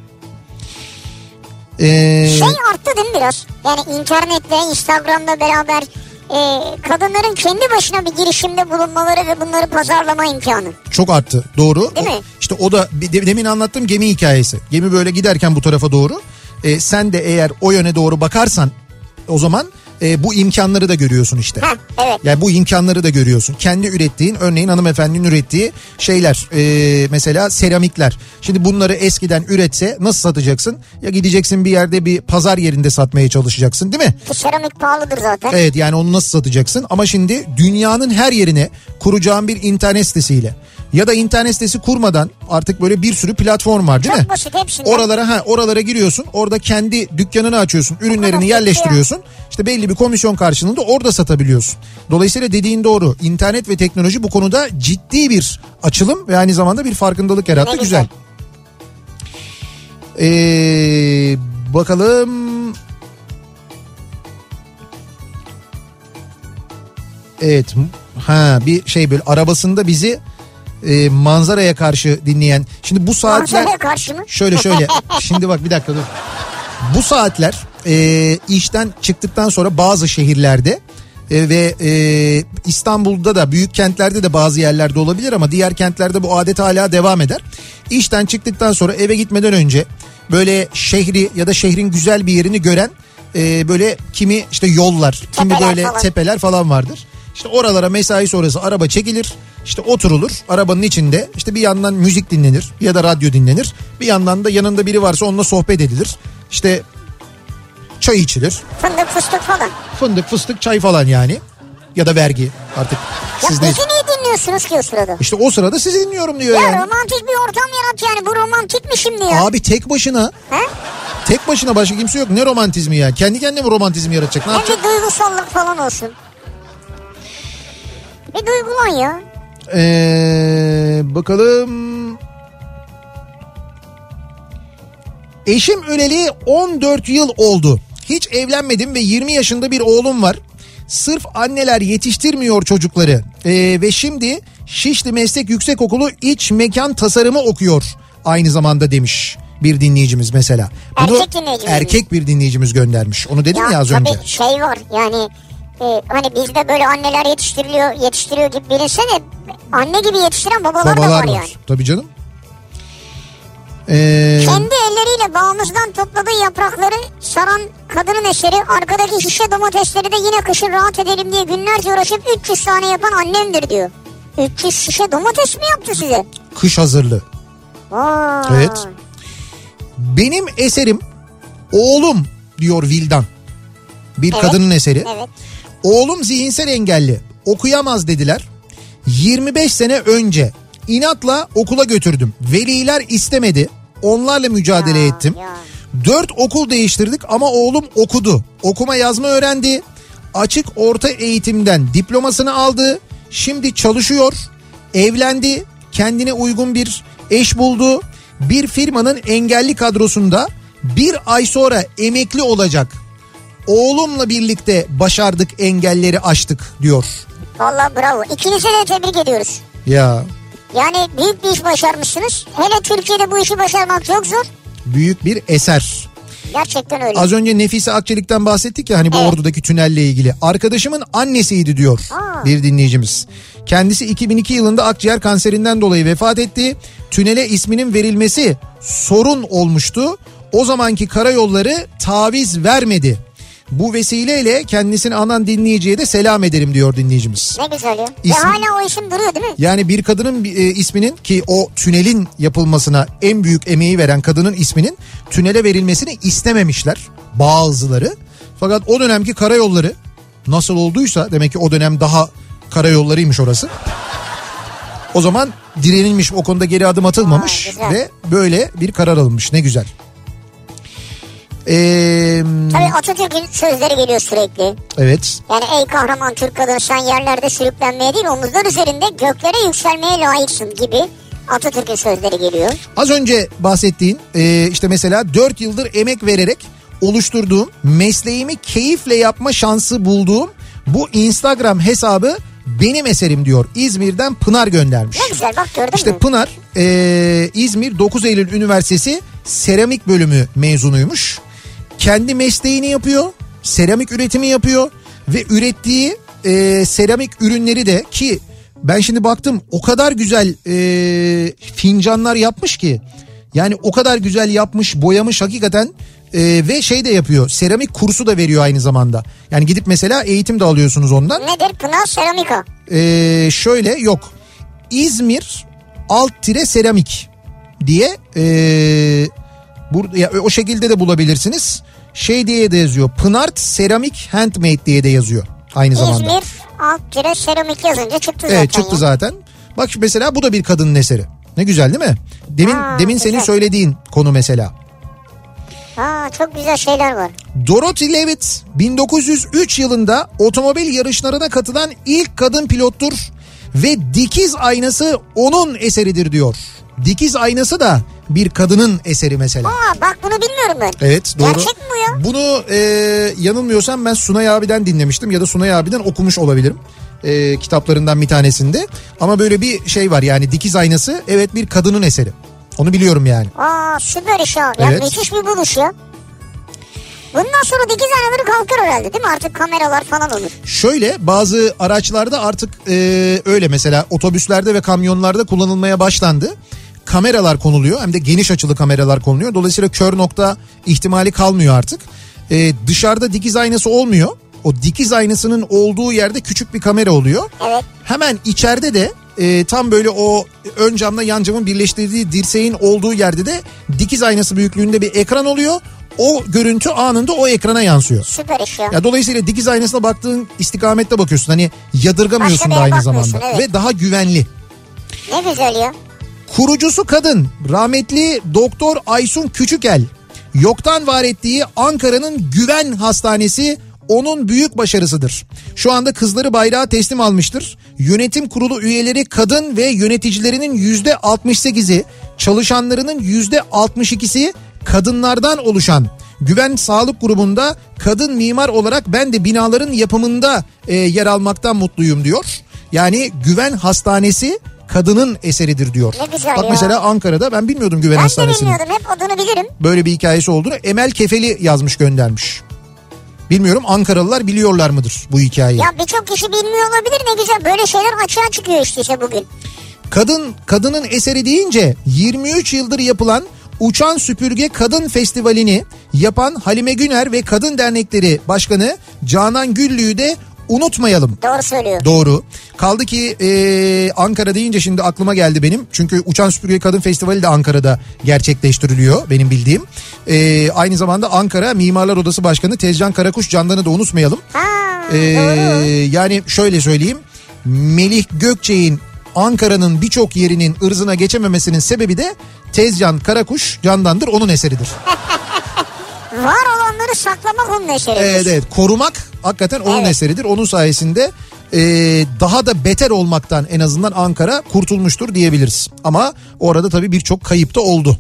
Ee... Şey arttı değil mi biraz? Yani internetle, Instagram'la beraber e, kadınların kendi başına bir girişimde bulunmaları ve bunları pazarlama imkanı. Çok arttı, doğru. Değil o, mi? İşte o da demin anlattığım gemi hikayesi. Gemi böyle giderken bu tarafa doğru. E, sen de eğer o yöne doğru bakarsan o zaman e, bu imkanları da görüyorsun işte. Heh, evet. Yani bu imkanları da görüyorsun. Kendi ürettiğin, örneğin hanımefendinin ürettiği şeyler, e, mesela seramikler. Şimdi bunları eskiden üretse nasıl satacaksın? Ya gideceksin bir yerde, bir pazar yerinde satmaya çalışacaksın, değil mi? Bu seramik pahalıdır zaten. Evet, yani onu nasıl satacaksın? Ama şimdi dünyanın her yerine kuracağın bir internet sitesiyle ya da internet sitesi kurmadan artık böyle bir sürü platform var, değil Çok mi? Çok basit hepsinde. Oralara ha oralara giriyorsun. Orada kendi dükkanını açıyorsun. Ürünlerini yerleştiriyorsun. İşte belli bir komisyon karşılığında orada satabiliyorsun. Dolayısıyla dediğin doğru. İnternet ve teknoloji bu konuda ciddi bir açılım ve aynı zamanda bir farkındalık yarattı. Ne güzel. Ee, bakalım. Evet. Ha bir şey böyle arabasında bizi e, manzaraya karşı dinleyen. Şimdi bu saatler. Manzaraya karşı mı? Şöyle şöyle. Şimdi bak bir dakika dur. Bu saatler e, işten çıktıktan sonra bazı şehirlerde e, ve e, İstanbul'da da büyük kentlerde de bazı yerlerde olabilir ama diğer kentlerde bu adet hala devam eder. İşten çıktıktan sonra eve gitmeden önce böyle şehri ya da şehrin güzel bir yerini gören e, böyle kimi işte yollar, kimi tepeler böyle falan. tepeler falan vardır. İşte oralara mesai sonrası araba çekilir, işte oturulur arabanın içinde, işte bir yandan müzik dinlenir ya da radyo dinlenir, bir yandan da yanında biri varsa onunla sohbet edilir, işte çay içilir. Fındık fıstık falan. Fındık fıstık çay falan yani, ya da vergi artık. Ya siz bizi ne... niye dinliyorsunuz ki o sırada? İşte o sırada sizi dinliyorum diyor ya yani. Ya romantik bir ortam yarat yani, bu romantik mi şimdi ya? Abi tek başına. He? Tek başına başka kimse yok, ne romantizmi ya? Kendi kendine mi romantizmi yaratacak, ne Hem yapacak? bir duygusallık falan olsun. Bir duygulan ya. Ee, bakalım. Eşim öleli on dört yıl oldu. Hiç evlenmedim ve yirmi yaşında bir oğlum var. Sırf anneler yetiştirmiyor çocukları. Ee, ve şimdi Şişli Meslek Yüksekokulu İç Mekan Tasarımı okuyor aynı zamanda demiş bir dinleyicimiz mesela. Bunu Erkek dinleyicimiz. erkek bir dinleyicimiz göndermiş. Onu dedim ya, ya az tabii önce. Şey var yani e, hani bizde böyle anneler yetiştiriliyor yetiştiriyor gibi bilinsene, anne gibi yetiştiren babalar, Babalar da var, var yani. Tabii canım. Ee... Kendi elleriyle bağımızdan topladığı yaprakları saran kadının eseri, arkadaki şişe domatesleri de yine kışın rahat edelim diye günlerce uğraşıp üç yüz tane yapan annemdir diyor. üç yüz şişe domates mi yaptı size? Kış hazırlığı. Vay. Evet. Benim eserim oğlum diyor Vildan. Bir evet. kadının eseri. Evet. Oğlum zihinsel engelli, okuyamaz dediler. yirmi beş sene önce inatla okula götürdüm. Veliler istemedi. Onlarla mücadele ya, ettim. Ya. Dört okul değiştirdik ama oğlum okudu. Okuma yazma öğrendi. Açık orta eğitimden diplomasını aldı. Şimdi çalışıyor. Evlendi. Kendine uygun bir eş buldu. Bir firmanın engelli kadrosunda bir ay sonra emekli olacak. Oğlumla birlikte başardık, engelleri aştık diyor. Vallahi bravo. İkinize de tebrik ediyoruz. Ya. Yani büyük bir iş başarmışsınız. Hele Türkiye'de bu işi başarmak çok zor. Büyük bir eser. Gerçekten öyle. Az önce Nefise Akçelik'ten bahsettik ya hani bu evet. Ordu'daki tünelle ilgili. Arkadaşımın annesiydi diyor Aa. bir dinleyicimiz. Kendisi iki bin iki yılında akciğer kanserinden dolayı vefat etti. Tünele isminin verilmesi sorun olmuştu. O zamanki karayolları taviz vermedi. Bu vesileyle kendisini anan dinleyiciye de selam ederim diyor dinleyicimiz. Ne güzel ya. İsmi, Ve hala o isim duruyor değil mi? Yani bir kadının e, isminin, ki o tünelin yapılmasına en büyük emeği veren kadının isminin tünele verilmesini istememişler bazıları. Fakat o dönemki karayolları nasıl olduysa, demek ki o dönem daha karayollarıymış orası. O zaman direnilmiş, o konuda geri adım atılmamış Aa, ve böyle bir karar alınmış. Ne güzel. Ee, Tabii Atatürk'ün sözleri geliyor sürekli. Evet. Yani ey kahraman Türk kadını, sen yerlerde sürüklenmeye değil omuzlar üzerinde göklere yükselmeye layıksın gibi Atatürk'ün sözleri geliyor. Az önce bahsettiğin e, işte mesela dört yıldır emek vererek oluşturduğum, mesleğimi keyifle yapma şansı bulduğum bu Instagram hesabı benim eserim diyor. İzmir'den Pınar göndermiş. Ne güzel, bak gördün işte mü? İşte Pınar e, İzmir dokuz Eylül Üniversitesi seramik bölümü mezunuymuş. Kendi mesleğini yapıyor, seramik üretimi yapıyor ve ürettiği e, seramik ürünleri de, ki ben şimdi baktım o kadar güzel e, fincanlar yapmış ki, yani o kadar güzel yapmış, boyamış hakikaten e, ve şey de yapıyor, seramik kursu da veriyor aynı zamanda. Yani gidip mesela eğitim de alıyorsunuz ondan. Nedir Pınar Seramika? E, şöyle yok, İzmir alt tire seramik diye e, burada, ya, o şekilde de bulabilirsiniz. Şey diye de yazıyor, Pınart Seramik Handmade diye de yazıyor aynı zamanda. İzmir alt tire seramik yazınca çıktı zaten. Evet, çıktı ya. Zaten. Bak mesela bu da bir kadının eseri. Ne güzel değil mi? Demin ha, demin güzel. Senin söylediğin konu mesela. Ha, çok güzel şeyler var. Dorothy Levitt bin dokuz yüz üç yılında otomobil yarışlarına katılan ilk kadın pilottur ve dikiz aynası onun eseridir diyor. Dikiz aynası da bir kadının eseri mesela. Aa, bak bunu bilmiyorum ben. Evet, doğru. Gerçek mi bu ya? Bunu e, yanılmıyorsam ben Sunay abiden dinlemiştim ya da Sunay abiden okumuş olabilirim. E, kitaplarından bir tanesinde. Ama böyle bir şey var yani, dikiz aynası evet bir kadının eseri. Onu biliyorum yani. Aa, süper iş ya. Evet. Müthiş bir buluş ya. Bundan sonra dikiz aynaları kalkar herhalde değil mi? Artık kameralar falan olur. Şöyle, bazı araçlarda artık e, öyle, mesela otobüslerde ve kamyonlarda kullanılmaya başlandı. Kameralar konuluyor, hem de geniş açılı kameralar konuluyor. Dolayısıyla kör nokta ihtimali kalmıyor artık. Ee, dışarıda dikiz aynası olmuyor. O dikiz aynasının olduğu yerde küçük bir kamera oluyor. Evet. Hemen içeride de e, tam böyle o ön camla yan camın birleştirdiği dirseğin olduğu yerde de dikiz aynası büyüklüğünde bir ekran oluyor. O görüntü anında o ekrana yansıyor. Süper iş ya. Ya dolayısıyla dikiz aynasına baktığın istikamette bakıyorsun. Hani yadırgamıyorsun da aynı zamanda. Evet. Ve daha güvenli. Ne güzel ya. Kurucusu kadın, rahmetli Doktor Aysun Küçükel, yoktan var ettiği Ankara'nın Güven Hastanesi onun büyük başarısıdır. Şu anda kızları bayrağı teslim almıştır. Yönetim kurulu üyeleri kadın ve yöneticilerinin yüzde altmış sekizi, çalışanlarının yüzde altmış ikisi kadınlardan oluşan Güven Sağlık Grubu'nda kadın mimar olarak ben de binaların yapımında e, yer almaktan mutluyum diyor. Yani Güven Hastanesi kadının eseridir diyor. Ne güzel Bak ya. mesela Ankara'da ben bilmiyordum Güven Ben Hastanesi'nin. de bilmiyordum, hep adını bilirim. Böyle bir hikayesi olduğunu Emel Kefeli yazmış, göndermiş. Bilmiyorum Ankaralılar biliyorlar mıdır bu hikayeyi? Ya birçok kişi bilmiyor olabilir, ne güzel, böyle şeyler açığa çıkıyor işte, işte bugün. Kadın, kadının eseri deyince yirmi üç yıldır yapılan Uçan Süpürge Kadın Festivali'ni yapan Halime Güner ve Kadın Dernekleri Başkanı Canan Güllü'yü de unutmayalım. Doğru söylüyor. Doğru. Kaldı ki e, Ankara deyince şimdi aklıma geldi benim. Çünkü Uçan Süpürge Kadın Festivali de Ankara'da gerçekleştiriliyor benim bildiğim. E, aynı zamanda Ankara Mimarlar Odası Başkanı Tezcan Karakuş Candan'ı da unutmayalım. Ha, e, yani şöyle söyleyeyim. Melih Gökçek'in Ankara'nın birçok yerinin ırzına geçememesinin sebebi de Tezcan Karakuş Candan'dır, onun eseridir. Var olanları saklamak onun eseridir. Evet evet, korumak hakikaten onun Evet. eseridir. Onun sayesinde e, daha da beter olmaktan en azından Ankara kurtulmuştur diyebiliriz. Ama orada tabii birçok kayıp da oldu.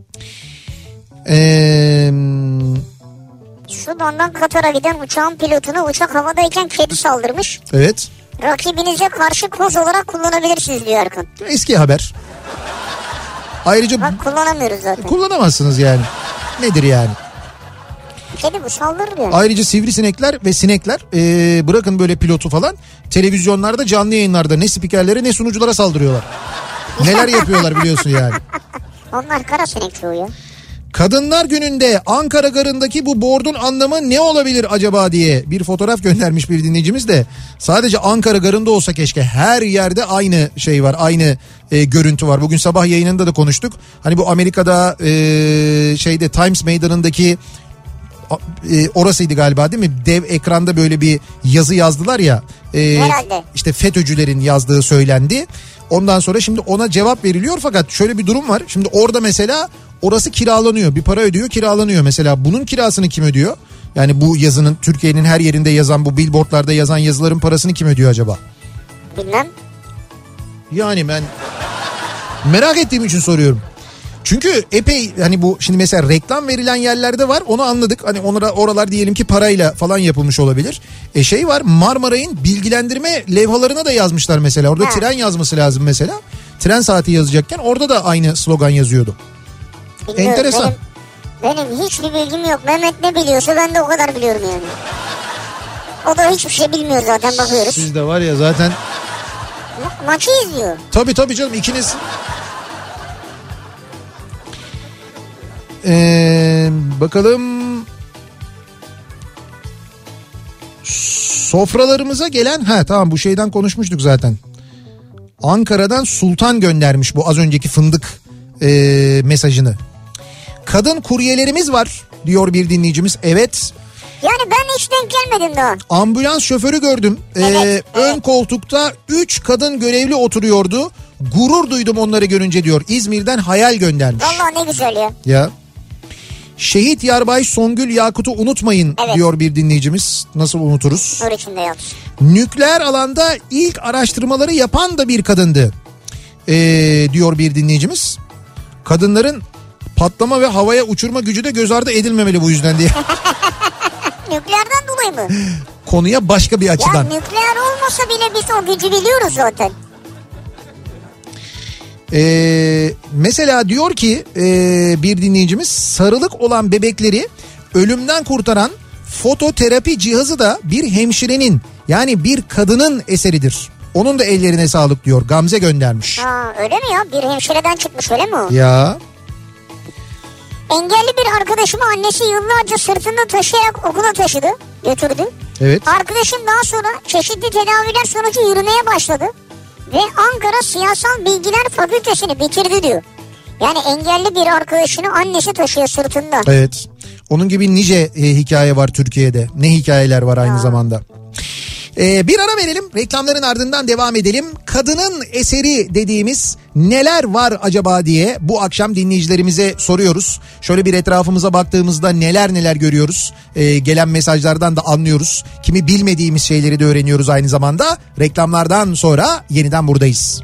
Eee... Sudan'dan Katar'a giden uçağın pilotunu uçak havadayken kedi saldırmış. Evet. Rakibinize karşı koz olarak kullanabilirsiniz diyor Erkan. Eski haber. Ayrıca Bak kullanamıyoruz zaten. kullanamazsınız yani. Nedir yani? Kedi bu saldırır yani. Ayrıca sivrisinekler ve sinekler ee, bırakın böyle pilotu falan, televizyonlarda canlı yayınlarda ne spikerlere ne sunuculara saldırıyorlar. Neler yapıyorlar biliyorsun yani. Onlar kara sinek çoğu ya. Kadınlar Günü'nde Ankara Garı'ndaki bu bordun anlamı ne olabilir acaba diye bir fotoğraf göndermiş bir dinleyicimiz de. Sadece Ankara Garı'nda olsa keşke, her yerde aynı şey var, aynı e, görüntü var. Bugün sabah yayınında da konuştuk. Hani bu Amerika'da e, şeyde Times Meydanı'ndaki e, orasıydı galiba değil mi? Dev ekranda böyle bir yazı yazdılar ya. E, Herhalde. İşte FETÖ'cülerin yazdığı söylendi. Ondan sonra şimdi ona cevap veriliyor, fakat şöyle bir durum var. Şimdi orada mesela orası kiralanıyor. Bir para ödüyor, kiralanıyor. Mesela bunun kirasını kim ödüyor? Yani bu yazının, Türkiye'nin her yerinde yazan, bu billboardlarda yazan yazıların parasını kim ödüyor acaba? Bilmem. Yani ben merak ettiğim için soruyorum. Çünkü epey hani bu şimdi mesela reklam verilen yerlerde var, onu anladık. Hani onlara, oralar diyelim ki parayla falan yapılmış olabilir. E şey var, Marmaray'ın bilgilendirme levhalarına da yazmışlar mesela. Orada ha. tren yazması lazım mesela. Tren saati yazacakken orada da aynı slogan yazıyordu. Bilmiyorum, enteresan. Benim, benim hiçbir bilgim yok. Mehmet ne biliyorsa ben de o kadar biliyorum yani. O da hiçbir şey bilmiyor zaten, bakıyoruz. Siz de var ya zaten. Ma- maçı izliyor. Tabii tabii canım, ikiniz. Ee, bakalım. Sofralarımıza gelen, ha tamam, bu şeyden konuşmuştuk zaten. Ankara'dan Sultan göndermiş bu az önceki fındık e, mesajını. Kadın kuryelerimiz var diyor bir dinleyicimiz. Evet. Yani ben hiç denk gelmedim daha. Ambulans şoförü gördüm. Evet, ee, evet. Ön koltukta üç kadın görevli oturuyordu. Gurur duydum onları görünce diyor. İzmir'den Hayal göndermiş. Vallahi ne güzel ya. Ya. Şehit Yarbay Songül Yakut'u unutmayın evet. diyor bir dinleyicimiz. Nasıl unuturuz? Nur içinde yatsın. Nükleer alanda ilk araştırmaları yapan da bir kadındı. Ee, diyor bir dinleyicimiz. Kadınların patlama ve havaya uçurma gücü de göz ardı edilmemeli bu yüzden diye. Nükleerden dolayı mı? Konuya başka bir açıdan. Ya nükleer olmasa bile biz o gücü biliyoruz zaten. Ee, mesela diyor ki e, bir dinleyicimiz, sarılık olan bebekleri ölümden kurtaran fototerapi cihazı da bir hemşirenin, yani bir kadının eseridir. Onun da ellerine sağlık diyor. Gamze göndermiş. Ha, öyle mi ya? Bir hemşireden çıkmış, öyle mi o? Ya. Engelli bir arkadaşımı annesi yıllarca sırtında taşıyarak okula taşıdı, götürdü. Evet. Arkadaşım daha sonra çeşitli tedaviler sonucu yürümeye başladı. Ve Ankara Siyasal Bilgiler Fakültesini bitirdi diyor. Yani engelli bir arkadaşını annesi taşıyor sırtında. Evet. Onun gibi nice e, hikaye var Türkiye'de. Ne hikayeler var aynı ha. zamanda. Ee, bir ara verelim. Reklamların ardından devam edelim. Kadının eseri dediğimiz neler var acaba diye bu akşam dinleyicilerimize soruyoruz. Şöyle bir etrafımıza baktığımızda neler neler görüyoruz. Ee, gelen mesajlardan da anlıyoruz. Kimi bilmediğimiz şeyleri de öğreniyoruz aynı zamanda. Reklamlardan sonra yeniden buradayız.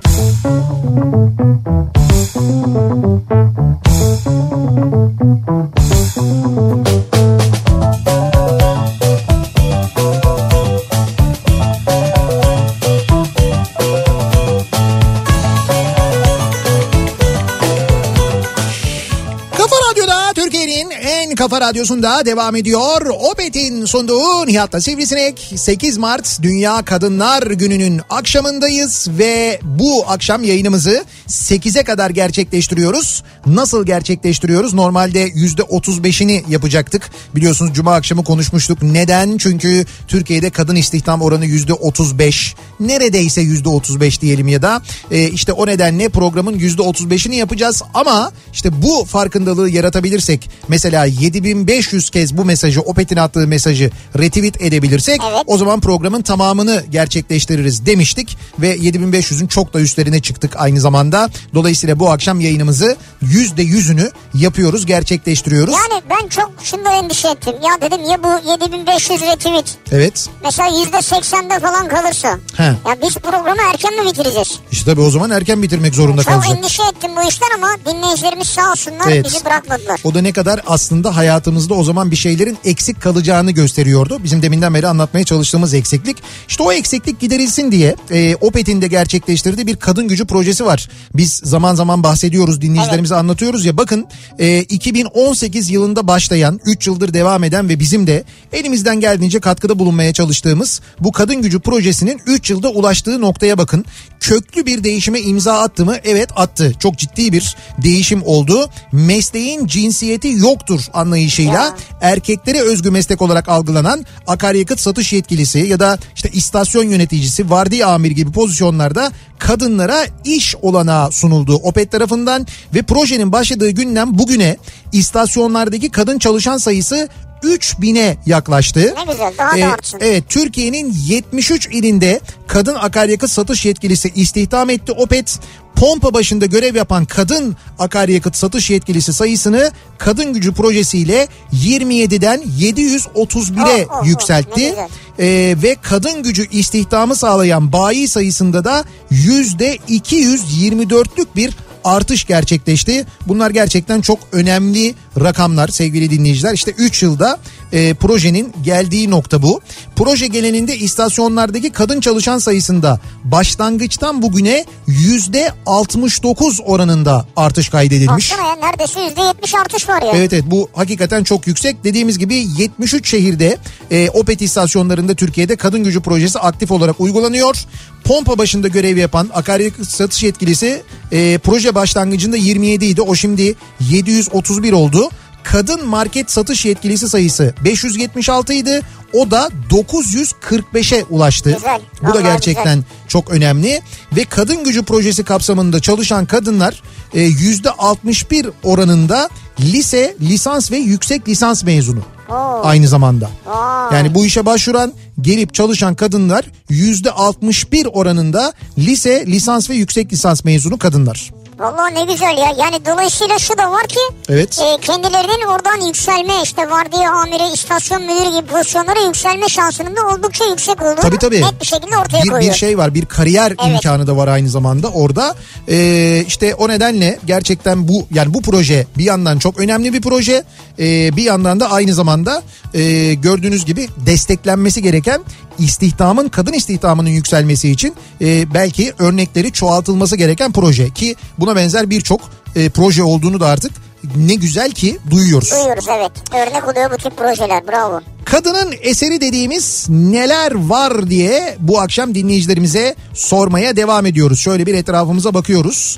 Türkiye'nin Kafa Radyosu'nda devam ediyor. Opet'in sunduğu Nihat'la Sivrisinek. sekiz Mart Dünya Kadınlar Günü'nün akşamındayız ve bu akşam yayınımızı sekize kadar gerçekleştiriyoruz. Nasıl gerçekleştiriyoruz? Normalde yüzde otuz beşini yapacaktık. Biliyorsunuz Cuma akşamı konuşmuştuk. Neden? Çünkü Türkiye'de kadın istihdam oranı yüzde otuz beş. Neredeyse yüzde otuz beş diyelim ya da e, işte o nedenle programın yüzde otuz beşini yapacağız. Ama işte bu farkındalığı yaratabilirsek, mesela yedi bin beş yüz kez bu mesajı, Opet'in attığı mesajı retweet edebilirsek, evet, o zaman programın tamamını gerçekleştiririz demiştik ve yedi bin beş yüzün çok da üstlerine çıktık aynı zamanda. Dolayısıyla bu akşam yayınımızı yüzde yüzünü yapıyoruz, gerçekleştiriyoruz. Yani ben çok şundan endişe ettim. Ya dedim ya bu yedi bin beş yüz retweet. Evet. Mesela yüzde seksende falan kalırsa. He. Ya biz programı erken mi bitireceğiz? İşte tabii o zaman erken bitirmek zorunda çok kalacak. Çok endişe ettim bu işten ama dinleyicilerimiz sağ olsunlar, evet, bizi bırakmadılar. O da ne kadar aslında hayatımızda o zaman bir şeylerin eksik kalacağını gösteriyordu. Bizim deminden beri anlatmaya çalıştığımız eksiklik. İşte o eksiklik giderilsin diye e, Opet'in de gerçekleştirdiği bir kadın gücü projesi var. Biz zaman zaman bahsediyoruz, dinleyicilerimize, evet, anlatıyoruz ya. Bakın e, iki bin on sekiz yılında başlayan, üç yıldır devam eden ve bizim de elimizden geldiğince katkıda bulunmaya çalıştığımız bu kadın gücü projesinin üç yılda ulaştığı noktaya bakın. Köklü bir değişime imza attı mı? Evet, attı. Çok ciddi bir değişim oldu. Mesleğin cinsiyeti yoktur anlayışıyla ya, erkeklere özgü meslek olarak algılanan akaryakıt satış yetkilisi ya da işte istasyon yöneticisi, vardiya amiri gibi pozisyonlarda kadınlara iş olanağı sunuldu Opet tarafından ve projenin başladığı günden bugüne istasyonlardaki kadın çalışan sayısı üç bine yaklaştı. Ne güzel, daha da artsın. Ee, evet, Türkiye'nin yetmiş üç ilinde kadın akaryakıt satış yetkilisi istihdam etti Opet. Pompa başında görev yapan kadın akaryakıt satış yetkilisi sayısını kadın gücü projesiyle yirmi yediden yedi yüz otuz bire oh, oh, yükseltti. Oh, ee, ve kadın gücü istihdamı sağlayan bayi sayısında da yüzde iki yüz yirmi dörtlük bir artış gerçekleşti. Bunlar gerçekten çok önemli rakamlar sevgili dinleyiciler. İşte üç yılda e, projenin geldiği nokta bu. Proje genelinde istasyonlardaki kadın çalışan sayısında başlangıçtan bugüne yüzde altmış dokuz oranında artış kaydedilmiş. Baksana ya, neredeyse yüzde yetmiş artış var ya. Evet evet, bu hakikaten çok yüksek. Dediğimiz gibi yetmiş üç şehirde e, Opet istasyonlarında Türkiye'de kadın gücü projesi aktif olarak uygulanıyor. Pompa başında görev yapan akaryakıt satış yetkilisi e, proje başlangıcında yirmi yedi idi. O şimdi yedi yüz otuz bir oldu. Kadın market satış yetkilisi sayısı beş yüz yetmiş altı idi. O da dokuz yüz kırk beşe ulaştı. Güzel. Bu da gerçekten güzel, çok önemli. Ve kadın gücü projesi kapsamında çalışan kadınlar e, yüzde altmış bir oranında lise, lisans ve yüksek lisans mezunu. Oo. Aynı zamanda. Oo. Yani bu işe başvuran, gelip çalışan kadınlar yüzde altmış bir oranında lise, lisans ve yüksek lisans mezunu kadınlar. Vallahi ne güzel ya. Yani dolayısıyla şu da var ki, evet, e, kendilerinin oradan yükselme, işte vardiya amiri, istasyon müdürü gibi pozisyonlara yükselme şansının da oldukça yüksek olduğunu tabii, tabii, net bir şekilde ortaya bir, koyuyor. Bir şey var, bir kariyer evet, imkanı da var aynı zamanda orada. Ee, işte o nedenle gerçekten bu, yani bu proje bir yandan çok önemli bir proje. Ee, bir yandan da aynı zamanda e, gördüğünüz gibi desteklenmesi gereken, istihdamın, kadın istihdamının yükselmesi için e, belki örnekleri çoğaltılması gereken proje ki buna benzer birçok e, proje olduğunu da artık ne güzel ki duyuyoruz. Duyuyoruz, evet. Örnek oluyor bu tip projeler, bravo. Kadının eseri dediğimiz neler var diye bu akşam dinleyicilerimize sormaya devam ediyoruz. Şöyle bir etrafımıza bakıyoruz.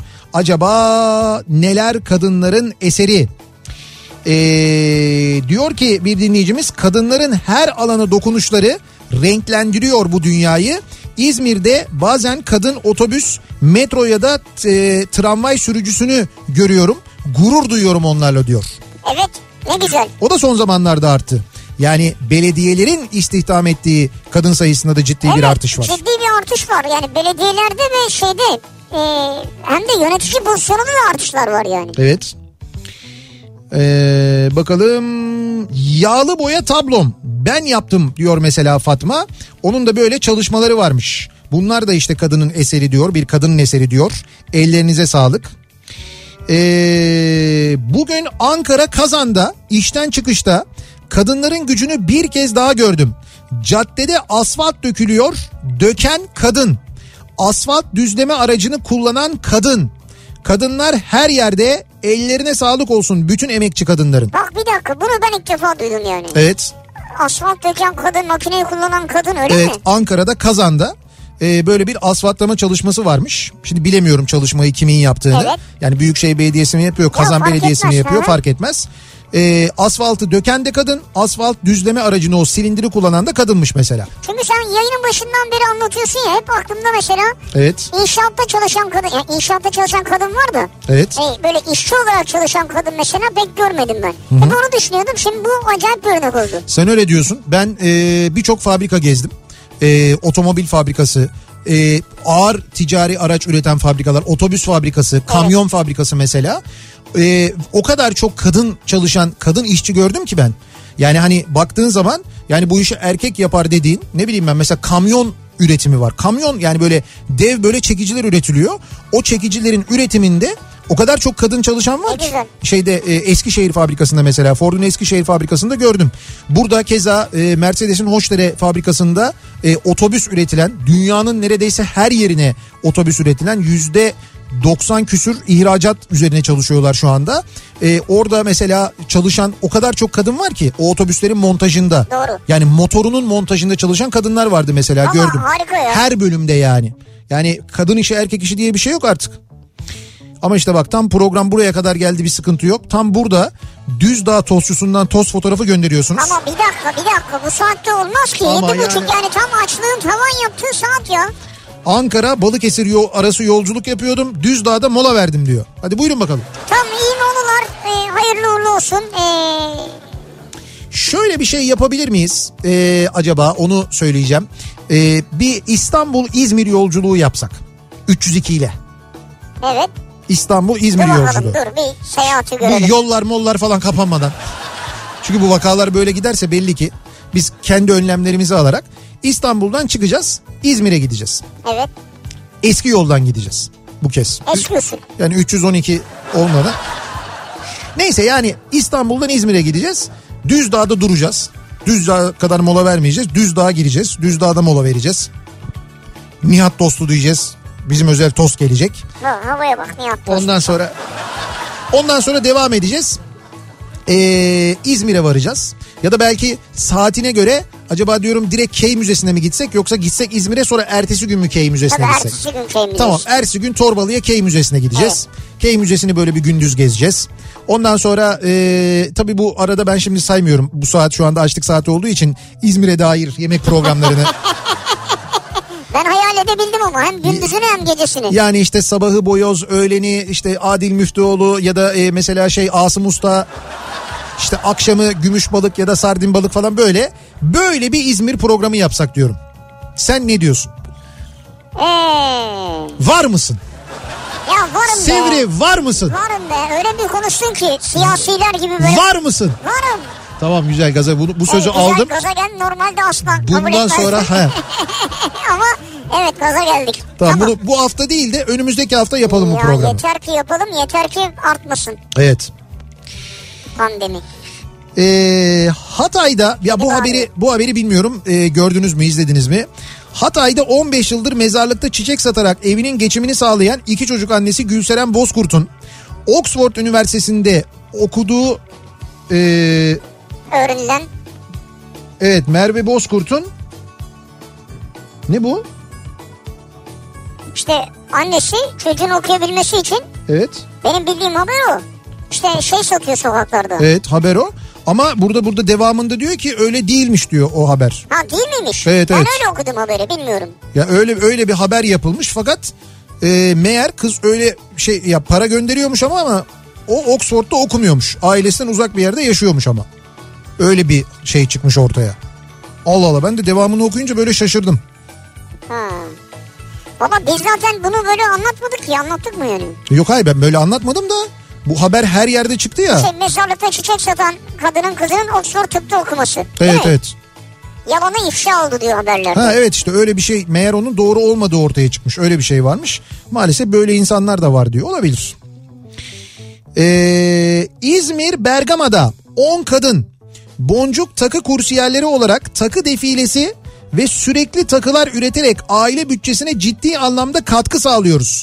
Acaba neler kadınların eseri? Ee, diyor ki bir dinleyicimiz, kadınların her alana dokunuşları renklendiriyor bu dünyayı. İzmir'de bazen kadın otobüs, metro ya da e, tramvay sürücüsünü görüyorum. Gurur duyuyorum onlarla diyor. Evet, ne güzel. O da son zamanlarda arttı. Yani belediyelerin istihdam ettiği kadın sayısında da ciddi evet, bir artış var. Ciddi bir artış var. Yani belediyelerde ve şeyde e, hem de yönetici pozisyonunda da artışlar var yani. Evet. Ee, bakalım, yağlı boya tablom ben yaptım diyor mesela Fatma. Onun da böyle çalışmaları varmış. Bunlar da işte kadının eseri diyor, bir kadının eseri diyor. Ellerinize sağlık. Ee, bugün Ankara Kazan'da işten çıkışta kadınların gücünü bir kez daha gördüm. Caddede asfalt dökülüyor, döken kadın. Asfalt düzleme aracını kullanan kadın. Kadınlar her yerde, ellerine sağlık olsun bütün emekçi kadınların. Bak bir dakika, bunu ben ilk defa duydum yani. Evet. Asfalt döken kadın, makineyi kullanan kadın, öyle evet, mi? Ankara'da Kazan'da e, böyle bir asfaltlama çalışması varmış. Şimdi bilemiyorum çalışmayı kimin yaptığını. Evet. Yani Büyükşehir Belediyesi mi yapıyor, Kazan Yok, Belediyesi mi yapıyor, ha? Fark etmez. E, asfaltı döken de kadın, asfalt düzleme aracını, o silindiri kullanan da kadınmış mesela. Çünkü sen yayının başından beri anlatıyorsun ya, hep aklımda mesela. Evet. İnşaatta çalışan kadın, yani inşaatta çalışan kadın var da. Evet. E, böyle işçi olarak çalışan kadın mesela pek görmedim ben. Hep onu düşünüyordum, şimdi bu acayip bir örnek oldu. Sen öyle diyorsun. Ben e, birçok fabrika gezdim. E, otomobil fabrikası, e, ağır ticari araç üreten fabrikalar, otobüs fabrikası, kamyon evet. fabrikası mesela. Ee, o kadar çok kadın çalışan, kadın işçi gördüm ki ben. Yani hani baktığın zaman, yani bu işi erkek yapar dediğin, ne bileyim ben, mesela kamyon üretimi var. Kamyon, yani böyle dev böyle çekiciler üretiliyor. O çekicilerin üretiminde o kadar çok kadın çalışan var ki. Şeyde e, Eskişehir fabrikasında mesela, Ford'un Eskişehir fabrikasında gördüm. Burada keza e, Mercedes'in Hoşdere fabrikasında e, otobüs üretilen, dünyanın neredeyse her yerine otobüs üretilen yüzde doksan küsür ihracat üzerine çalışıyorlar şu anda. Ee, orada mesela çalışan o kadar çok kadın var ki o otobüslerin montajında. Doğru. Yani motorunun montajında çalışan kadınlar vardı mesela. Ama gördüm. Harika ya. Her bölümde yani. Yani kadın işi erkek işi diye bir şey yok artık. Ama işte bak, tam program buraya kadar geldi, bir sıkıntı yok. Tam burada Düzdağ tostçusundan tost fotoğrafı gönderiyorsunuz. Ama bir dakika bir dakika bu saatte olmaz ki. Yedi yani... buçuk yani tam açlığın tavan yaptığı saat ya. Ankara Balıkesir yol, arası yolculuk yapıyordum. Düzdağ'da mola verdim diyor. Hadi buyurun bakalım. Tamam, iyi molalar, e, hayırlı uğurlu olsun. E... Şöyle bir şey yapabilir miyiz e, acaba, onu söyleyeceğim. E, bir İstanbul-İzmir yolculuğu yapsak. üç yüz iki ile. Evet. İstanbul-İzmir dur yolculuğu. Dur bir seyahati görelim. Bu yollar mollar falan kapanmadan. Çünkü bu vakalar böyle giderse belli ki biz kendi önlemlerimizi alarak İstanbul'dan çıkacağız, İzmir'e gideceğiz. Evet. Eski yoldan gideceğiz bu kez. Eski usul. Yani üç yüz on iki olmadan. Neyse, yani İstanbul'dan İzmir'e gideceğiz. Düzdağ'da duracağız. Düzdağ'a kadar mola vermeyeceğiz. Düzdağ'a gireceğiz. Düzdağ'da mola vereceğiz. Nihat tostu diyeceğiz. Bizim özel tost gelecek. Ha, havaya bak, Nihat tostu. Ondan sonra ondan sonra devam edeceğiz. Ee, İzmir'e varacağız. Ya da belki saatine göre acaba diyorum direkt Key Müzesi'ne mi gitsek, yoksa gitsek İzmir'e sonra ertesi gün mü Key Müzesi'ne Tabii gitsek? ertesi gün Key Müzesi. Tamam, ertesi gün Torbalı'ya Key Müzesi'ne gideceğiz. Evet. Key Müzesi'ni böyle bir gündüz gezeceğiz. Ondan sonra e, tabii bu arada ben şimdi saymıyorum. Bu saat şu anda açlık saati olduğu için İzmir'e dair yemek programlarını. Ben hayal edebildim ama hem gündüzünü hem gecesini. Yani işte sabahı Boyoz, öğleni işte Adil Müftüoğlu ya da e, mesela şey Asım Usta... İşte akşamı gümüş balık ya da sardin balık falan, böyle. Böyle bir İzmir programı yapsak diyorum. Sen ne diyorsun? Ee... Var mısın? Ya varım Sevri, be. Sevri var mısın? Varım be. Öyle bir konuştun ki siyasiler gibi böyle. Var mısın? Varım. Tamam, güzel, gaza bu, bu sözü evet, aldım. Gaza gel, normalde asla. Bundan sonra he. Ama evet, gaza geldik. Tamam, tamam. Bunu bu hafta değil de önümüzdeki hafta yapalım ya, bu programı. Yeter ki yapalım, yeter ki artmasın. Evet. Pandemi. Ee, Hatay'da ya bu haberi bu haberi bilmiyorum, ee, gördünüz mü, izlediniz mi? Hatay'da on beş yıldır mezarlıkta çiçek satarak evinin geçimini sağlayan iki çocuk annesi Gülseren Bozkurt'un Oxford Üniversitesi'nde okuduğu ee, öğrenilen. Evet, Merve Bozkurt'un ne bu? İşte annesi çocuğun okuyabilmesi için. Evet. Benim bildiğim haber o. İşte şey satıyor sokaklarda. Evet, haber o. Ama burada burada devamında diyor ki öyle değilmiş diyor o haber. Ha, değil miymiş? Evet, ben evet. öyle okudum haberi, bilmiyorum. Ya öyle öyle bir haber yapılmış fakat e, meğer kız öyle şey ya para gönderiyormuş ama ama o Oxford'da okumuyormuş. Ailesinden uzak bir yerde yaşıyormuş ama. Öyle bir şey çıkmış ortaya. Allah Allah, ben de devamını okuyunca böyle şaşırdım. Ha. Baba biz zaten bunu böyle anlatmadık ki, anlattık mı yani? Yok hayır, ben böyle anlatmadım da. Bu haber her yerde çıktı ya. Şey, mezarlıkta çiçek satan kadının kızının Oxford tıpta okuması. Evet evet. Yalanı ifşa oldu diyor haberlerde. Ha evet, işte öyle bir şey, meğer onun doğru olmadığı ortaya çıkmış. Öyle bir şey varmış. Maalesef böyle insanlar da var diyor. Olabilir. Ee, İzmir Bergama'da on kadın boncuk takı kursiyerleri olarak takı defilesi ve sürekli takılar üreterek aile bütçesine ciddi anlamda katkı sağlıyoruz.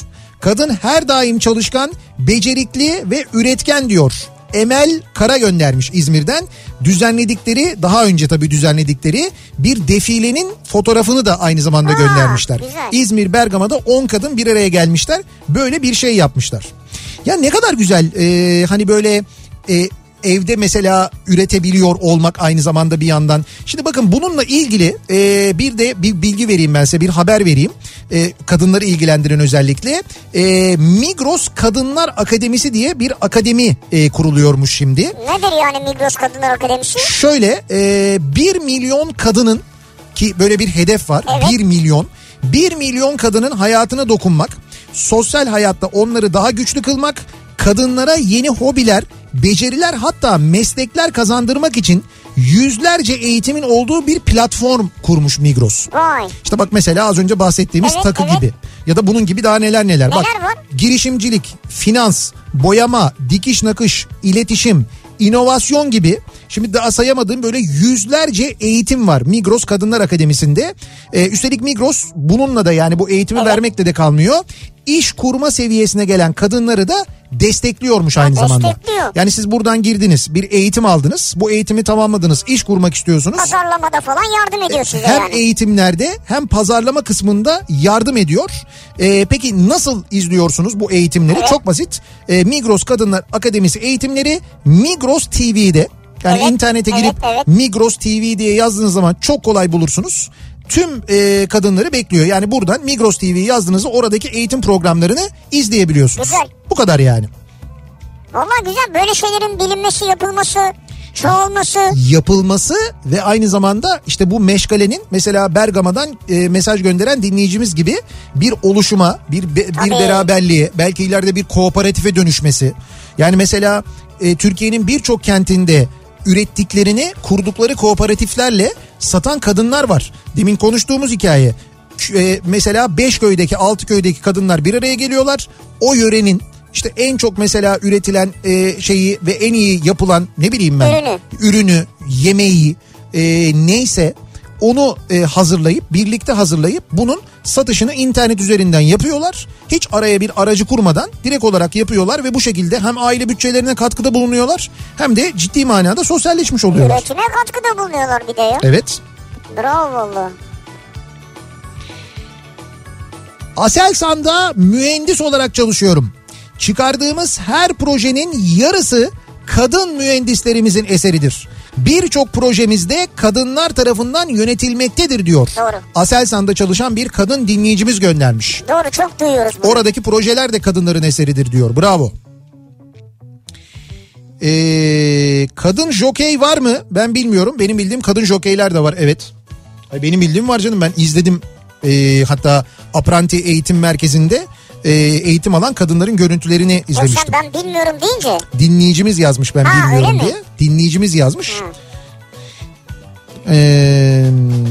Kadın her daim çalışkan, becerikli ve üretken diyor. Emel Kara göndermiş İzmir'den. Düzenledikleri, daha önce tabii düzenledikleri bir defilenin fotoğrafını da aynı zamanda Aa, göndermişler. güzel. İzmir Bergama'da on kadın bir araya gelmişler. Böyle bir şey yapmışlar. Ya ne kadar güzel e, hani böyle e, evde mesela üretebiliyor olmak aynı zamanda bir yandan. Şimdi bakın bununla ilgili e, bir de bir bilgi vereyim ben size, bir haber vereyim. E, kadınları ilgilendiren özellikle. E, Migros Kadınlar Akademisi diye bir akademi e, kuruluyormuş şimdi. Nedir yani Migros Kadınlar Akademisi? Şöyle e, bir milyon kadının, ki böyle bir hedef var. Evet. bir milyon. bir milyon kadının hayatına dokunmak, sosyal hayatta onları daha güçlü kılmak, kadınlara yeni hobiler, beceriler, hatta meslekler kazandırmak için yüzlerce eğitimin olduğu bir platform kurmuş Migros. Vay. İşte bak mesela az önce bahsettiğimiz Evet, takı evet. gibi. Ya da bunun gibi daha neler neler. Neler bak, var? girişimcilik, finans, boyama, dikiş nakış, iletişim, inovasyon gibi, şimdi daha sayamadığım böyle yüzlerce eğitim var Migros Kadınlar Akademisi'nde. Ee, üstelik Migros bununla da, yani bu eğitimi Evet. vermekle de kalmıyor. İş kurma seviyesine gelen kadınları da destekliyormuş aynı Ha, zamanda. destekliyor. Yani siz buradan girdiniz, bir eğitim aldınız, bu eğitimi tamamladınız, iş kurmak istiyorsunuz. Pazarlamada falan yardım ediyor size Hem yani. eğitimlerde hem pazarlama kısmında yardım ediyor. Ee, peki nasıl izliyorsunuz bu eğitimleri? Evet. Çok basit. Ee, Migros Kadınlar Akademisi eğitimleri Migros T V'de. Yani Evet, internete girip evet, evet. Migros T V diye yazdığınız zaman çok kolay bulursunuz. Tüm e, kadınları bekliyor. Yani buradan Migros T V yazdığınızda oradaki eğitim programlarını izleyebiliyorsunuz. Güzel. Bu kadar yani. Vallahi güzel, böyle şeylerin bilinmesi, yapılması, çoğalması. Yapılması ve aynı zamanda işte bu meşgalenin mesela Bergama'dan e, mesaj gönderen dinleyicimiz gibi bir oluşuma, bir be- bir Tabii. beraberliğe, belki ileride bir kooperatife dönüşmesi. Yani mesela e, Türkiye'nin birçok kentinde ürettiklerini kurdukları kooperatiflerle satan kadınlar var. Demin konuştuğumuz hikaye. E, mesela Beşköy'deki, Altıköy'deki kadınlar bir araya geliyorlar. O yörenin işte en çok mesela üretilen e, şeyi ve en iyi yapılan, ne bileyim ben, Ürünü. ürünü, yemeği, e, neyse onu e, hazırlayıp, birlikte hazırlayıp bunun satışını internet üzerinden yapıyorlar. Hiç araya bir aracı kurmadan direkt olarak yapıyorlar ve bu şekilde hem aile bütçelerine katkıda bulunuyorlar hem de ciddi manada sosyalleşmiş oluyorlar. Üretime katkıda bulunuyorlar bir de ya. Evet. Bravo valla. Aselsan'da mühendis olarak çalışıyorum. Çıkardığımız her projenin yarısı kadın mühendislerimizin eseridir. Birçok projemizde kadınlar tarafından yönetilmektedir diyor. Doğru. Aselsan'da çalışan bir kadın dinleyicimiz göndermiş. Doğru, çok duyuyoruz bunu. Oradaki projeler de kadınların eseridir diyor. Bravo. Ee, kadın jokey var mı? Ben bilmiyorum. Benim bildiğim kadın jokeyler de var. Evet. Ay, benim bildiğim var canım. Ben izledim. Ee, hatta Apranti Eğitim Merkezi'nde e, eğitim alan kadınların görüntülerini Yok, izlemiştim. sen ben bilmiyorum deyince. Dinleyicimiz yazmış, ben Ha, bilmiyorum öyle mi? diye. Dinleyicimiz yazmış. Hı. Ee,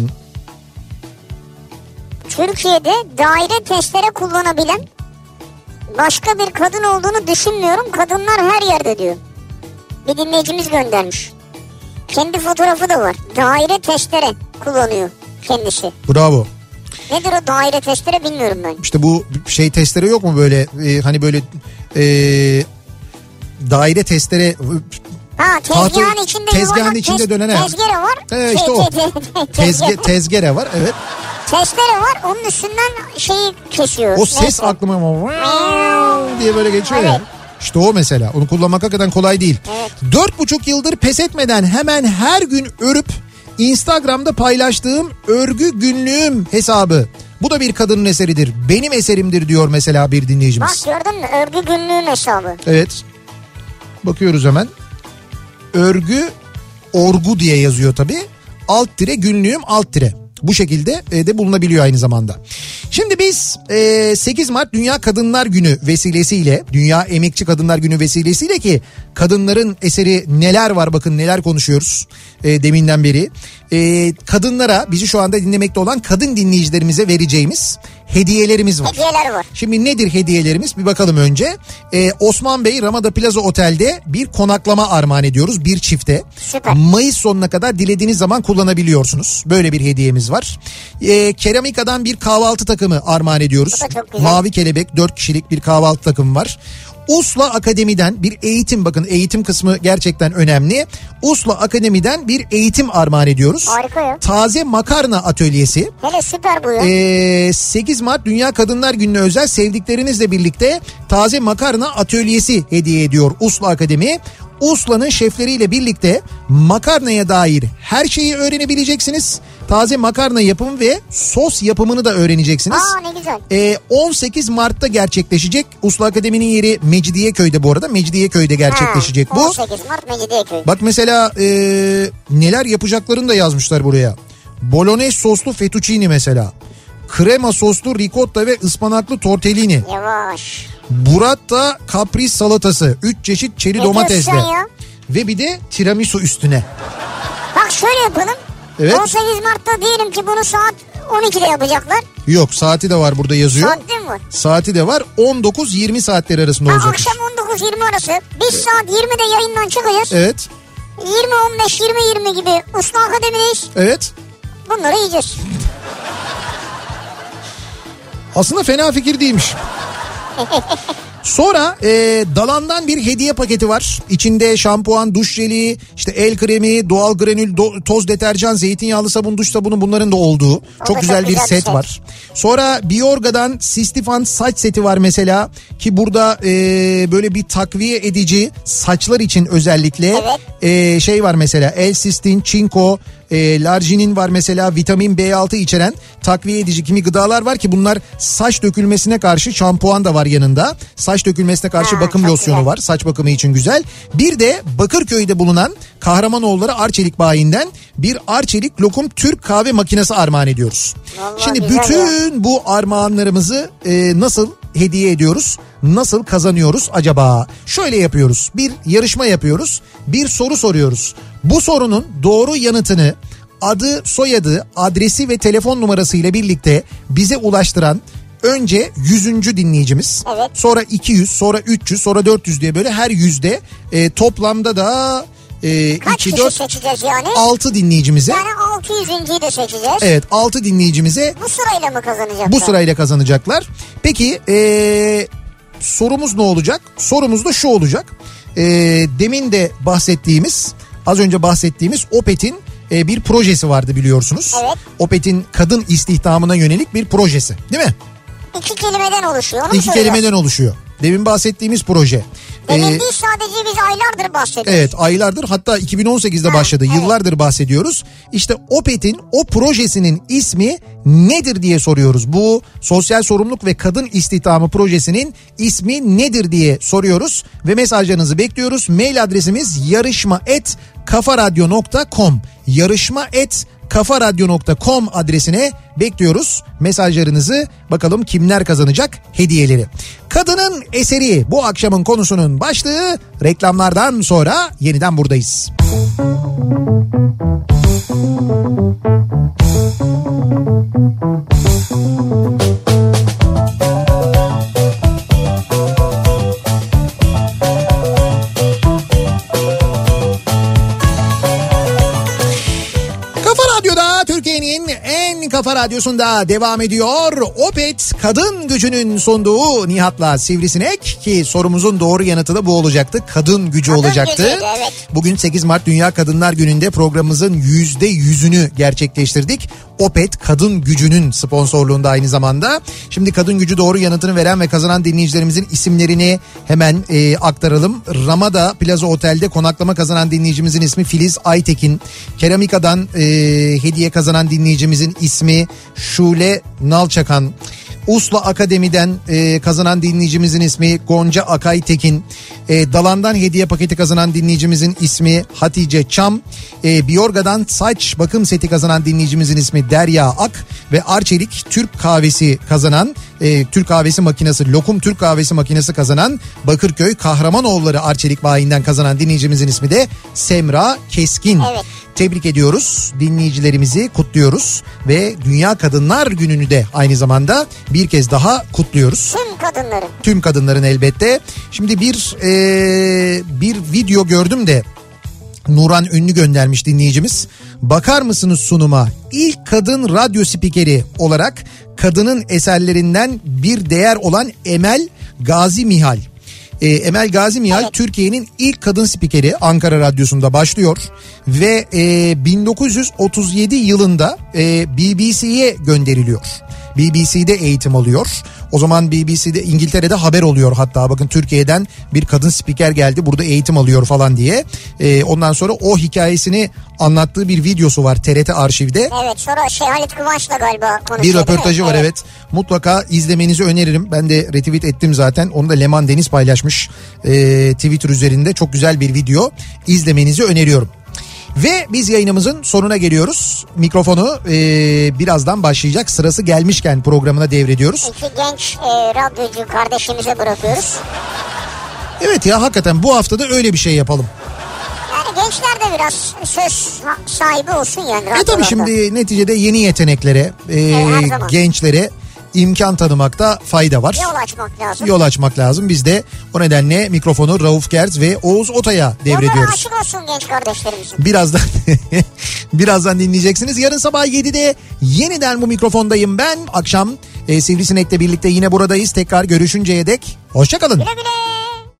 Türkiye'de daire testere kullanabilen başka bir kadın olduğunu düşünmüyorum. Kadınlar her yerde diyor. Bir dinleyicimiz göndermiş. Kendi fotoğrafı da var. Daire testere kullanıyor kendisi. bravo. Nedir o daire testere bilmiyorum ben. İşte bu şey testere yok mu böyle e, hani böyle e, daire testere, Ha, tezgahın Tahtı- içinde tezgahın yuvarlak içinde tez- dönen- tezgere var. Ee, işte Şey, o. te- te- te- tezge, tezgere. tezgere var, evet. Testere var, onun üstünden şeyi kesiyor. O ses Neyse. aklıma diye böyle geçiyor ya. Evet. İşte o mesela. Onu kullanmak hakikaten kolay değil. Evet. Dört buçuk yıldır pes etmeden hemen her gün örüp Instagram'da paylaştığım örgü günlüğüm hesabı. Bu da bir kadının eseridir. Benim eserimdir diyor mesela bir dinleyicimiz. Bak gördün mü, örgü günlüğün hesabı. Evet. Bakıyoruz hemen. Örgü orgu diye yazıyor tabii. Alt tire günlüğüm alt tire. Bu şekilde e, de bulunabiliyor aynı zamanda. Şimdi biz e, sekiz Mart Dünya Kadınlar Günü vesilesiyle, Dünya Emekçi Kadınlar Günü vesilesiyle, ki kadınların eseri neler var, bakın neler konuşuyoruz e, deminden beri. E, kadınlara, bizi şu anda dinlemekte olan kadın dinleyicilerimize vereceğimiz hediyelerimiz var. Hediyeler var. Şimdi nedir hediyelerimiz? Bir bakalım önce. Ee, Osman Bey Ramada Plaza Otel'de bir konaklama armağan ediyoruz bir çifte. Süper. Mayıs sonuna kadar dilediğiniz zaman kullanabiliyorsunuz. Böyle bir hediyemiz var. Ee, Keramika'dan bir kahvaltı takımı armağan ediyoruz. Mavi Kelebek dört kişilik bir kahvaltı takımı var. Usla Akademi'den bir eğitim, bakın eğitim kısmı gerçekten önemli. Usla Akademi'den bir eğitim armağan ediyoruz. Harika ya. Taze makarna atölyesi. Hele süper bu ya. Ee, sekiz Mart Dünya Kadınlar Günü'ne özel sevdiklerinizle birlikte taze makarna atölyesi hediye ediyor Usla Akademi. Usla'nın şefleriyle birlikte makarnaya dair her şeyi öğrenebileceksiniz. Taze makarna yapımı ve sos yapımını da öğreneceksiniz. Aa ne güzel. Ee, on sekiz Mart'ta gerçekleşecek. Uslu Akademi'nin yeri Mecidiyeköy'de bu arada. Mecidiyeköy'de gerçekleşecek ha, bu. on sekiz Mart Mecidiyeköy. Bak mesela e, neler yapacaklarını da yazmışlar buraya. Bolognese soslu fettuccine mesela. Krema soslu ricotta ve ıspanaklı tortellini. Yavaş. Burrata kapris salatası. üç çeşit çeri Ne domatesle. diyorsun ya? Ve bir de tiramisu üstüne. Bak şöyle yapalım. Evet. on sekiz Mart'ta diyelim ki bunu saat on ikide yapacaklar. Yok, saati de var burada yazıyor. Saat mi var? Saati de var. on dokuz yirmi saatleri arasında Ha, olacak. akşam on dokuz yirmi arası. Biz saat yirmide yayından çıkacağız. Evet. yirmi on beş yirmi yirmi gibi Uslu Akademi'deyiz. Evet. Bunları yiyeceğiz. Aslında fena fikir değilmiş. Sonra e, Dalan'dan bir hediye paketi var. İçinde şampuan, duş jeli, işte el kremi, doğal granül, do- toz deterjan, zeytinyağlı sabun, duş sabunu, bunların da olduğu O çok da güzel çok bir güzel bir set set. var. Sonra Biorga'dan Sistifan saç seti var mesela, ki burada e, böyle bir takviye edici, saçlar için özellikle e, şey var mesela, L-Cysteine, çinko, E, Larginin var mesela, vitamin B altı içeren takviye edici kimi gıdalar var ki bunlar saç dökülmesine karşı, şampuan da var yanında. Saç dökülmesine karşı Ha, bakım çok losyonu güzel. var. Saç bakımı için güzel. Bir de Bakırköy'de bulunan Kahramanoğulları Arçelik bayinden bir Arçelik lokum Türk kahve makinesi armağan ediyoruz. Vallahi Şimdi güzel bütün ya. bu armağanlarımızı e, nasıl hediye ediyoruz? Nasıl kazanıyoruz acaba? Şöyle yapıyoruz. Bir yarışma yapıyoruz. Bir soru soruyoruz. Bu sorunun doğru yanıtını adı, soyadı, adresi ve telefon numarası ile birlikte bize ulaştıran önce yüzüncü dinleyicimiz. Evet. Sonra iki yüz, sonra üç yüz, sonra dört yüz diye böyle her yüzde e, toplamda da e, Kaç iki, kişi dört, seçeceğiz yani? altı dinleyicimize. Yani altı yüzüncüyü de seçeceğiz. Evet, altı dinleyicimize Bu sırayla mı kazanacaklar? bu sırayla kazanacaklar. Peki ee, sorumuz ne olacak? Sorumuz da şu olacak. E, demin de bahsettiğimiz, az önce bahsettiğimiz Opet'in e, bir projesi vardı biliyorsunuz. Evet. Opet'in kadın istihdamına yönelik bir projesi, değil mi? İki kelimeden oluşuyor. Onu İki soracağız. kelimeden oluşuyor. Demin bahsettiğimiz proje. Demin Ee, değil, sadece biz aylardır bahsediyoruz. Evet, aylardır, hatta iki bin on sekizde Ha, başladı. evet. Yıllardır bahsediyoruz. İşte Opet'in o projesinin ismi nedir diye soruyoruz. Bu sosyal sorumluluk ve kadın istihdamı projesinin ismi nedir diye soruyoruz ve mesajlarınızı bekliyoruz. Mail adresimiz yarışma et kafaradyo nokta com. yarışma et kafaradyo nokta com adresine bekliyoruz mesajlarınızı. Bakalım kimler kazanacak hediyeleri. Kadının eseri bu akşamın konusunun başlığı. Reklamlardan sonra yeniden buradayız. Türkiye'nin en kafa radyosunda devam ediyor. Opet kadın gücünün sunduğu Nihat'la Sivrisinek, ki sorumuzun doğru yanıtı da bu olacaktı. Kadın gücü Kadın olacaktı. gücüydü, evet. Bugün sekiz Mart Dünya Kadınlar Günü'nde programımızın yüzde yüzünü gerçekleştirdik. Opet kadın gücünün sponsorluğunda aynı zamanda. Şimdi kadın gücü doğru yanıtını veren ve kazanan dinleyicilerimizin isimlerini hemen e, aktaralım. Ramada Plaza Otel'de konaklama kazanan dinleyicimizin ismi Filiz Aytekin. Keramika'dan e, hediye kazanan dinleyicimizin ismi Şule Nalçakan. Usla Akademi'den e, kazanan dinleyicimizin ismi Gonca Akay Tekin. E, Dalan'dan hediye paketi kazanan dinleyicimizin ismi Hatice Çam. E, Biorga'dan saç bakım seti kazanan dinleyicimizin ismi Derya Ak. Ve Arçelik Türk kahvesi kazanan e, Türk kahvesi makinesi, lokum Türk kahvesi makinesi kazanan, Bakırköy Kahramanoğulları Arçelik Bayi'nden kazanan dinleyicimizin ismi de Semra Keskin. Evet. Tebrik ediyoruz, dinleyicilerimizi kutluyoruz ve Dünya Kadınlar Günü'nü de aynı zamanda bir kez daha kutluyoruz. Tüm kadınların. Tüm kadınların elbette. Şimdi bir e, bir video gördüm de Nuran Ünlü göndermiş dinleyicimiz. Bakar mısınız sunuma? İlk kadın radyo spikeri olarak kadının eserlerinden bir değer olan Emel Gazi Mihal. Ee, Emel Gazi Mihal evet. Türkiye'nin ilk kadın spikeri, Ankara Radyosu'nda başlıyor ve e, bin dokuz yüz otuz yedi yılında e, B B C'ye gönderiliyor. B B C'de eğitim alıyor. O zaman B B C'de, İngiltere'de haber oluyor hatta, bakın Türkiye'den bir kadın spiker geldi burada eğitim alıyor falan diye. Ee, ondan sonra o hikayesini anlattığı bir videosu var T R T arşivde. Evet, sonra şey Halit Kıvanç'la galiba konuşuyor. Bir röportajı var evet. evet. Mutlaka izlemenizi öneririm. Ben de retweet ettim zaten. Onu da Leman Deniz paylaşmış ee, Twitter üzerinde. Çok güzel bir video. İzlemenizi öneriyorum. Ve biz yayınımızın sonuna geliyoruz. Mikrofonu e, birazdan başlayacak sırası gelmişken programına devrediyoruz. İki genç e, radyocu kardeşimize bırakıyoruz. Evet ya, hakikaten bu hafta da öyle bir şey yapalım. Yani gençler de biraz söz sahibi olsun yani. E tabii şimdi neticede yeni yeteneklere, e, e, gençlere imkan tanımakta fayda var. Yol açmak lazım. Yol açmak lazım. Biz de o nedenle mikrofonu Rauf Gerz ve Oğuz Otay'a devrediyoruz. Yolları açık olsun genç kardeşlerimizin. Birazdan birazdan dinleyeceksiniz. Yarın sabah yedide yeniden bu mikrofondayım ben. Akşam e, Sivrisinek'le birlikte yine buradayız. Tekrar görüşünceye dek hoşça kalın. Güle güle.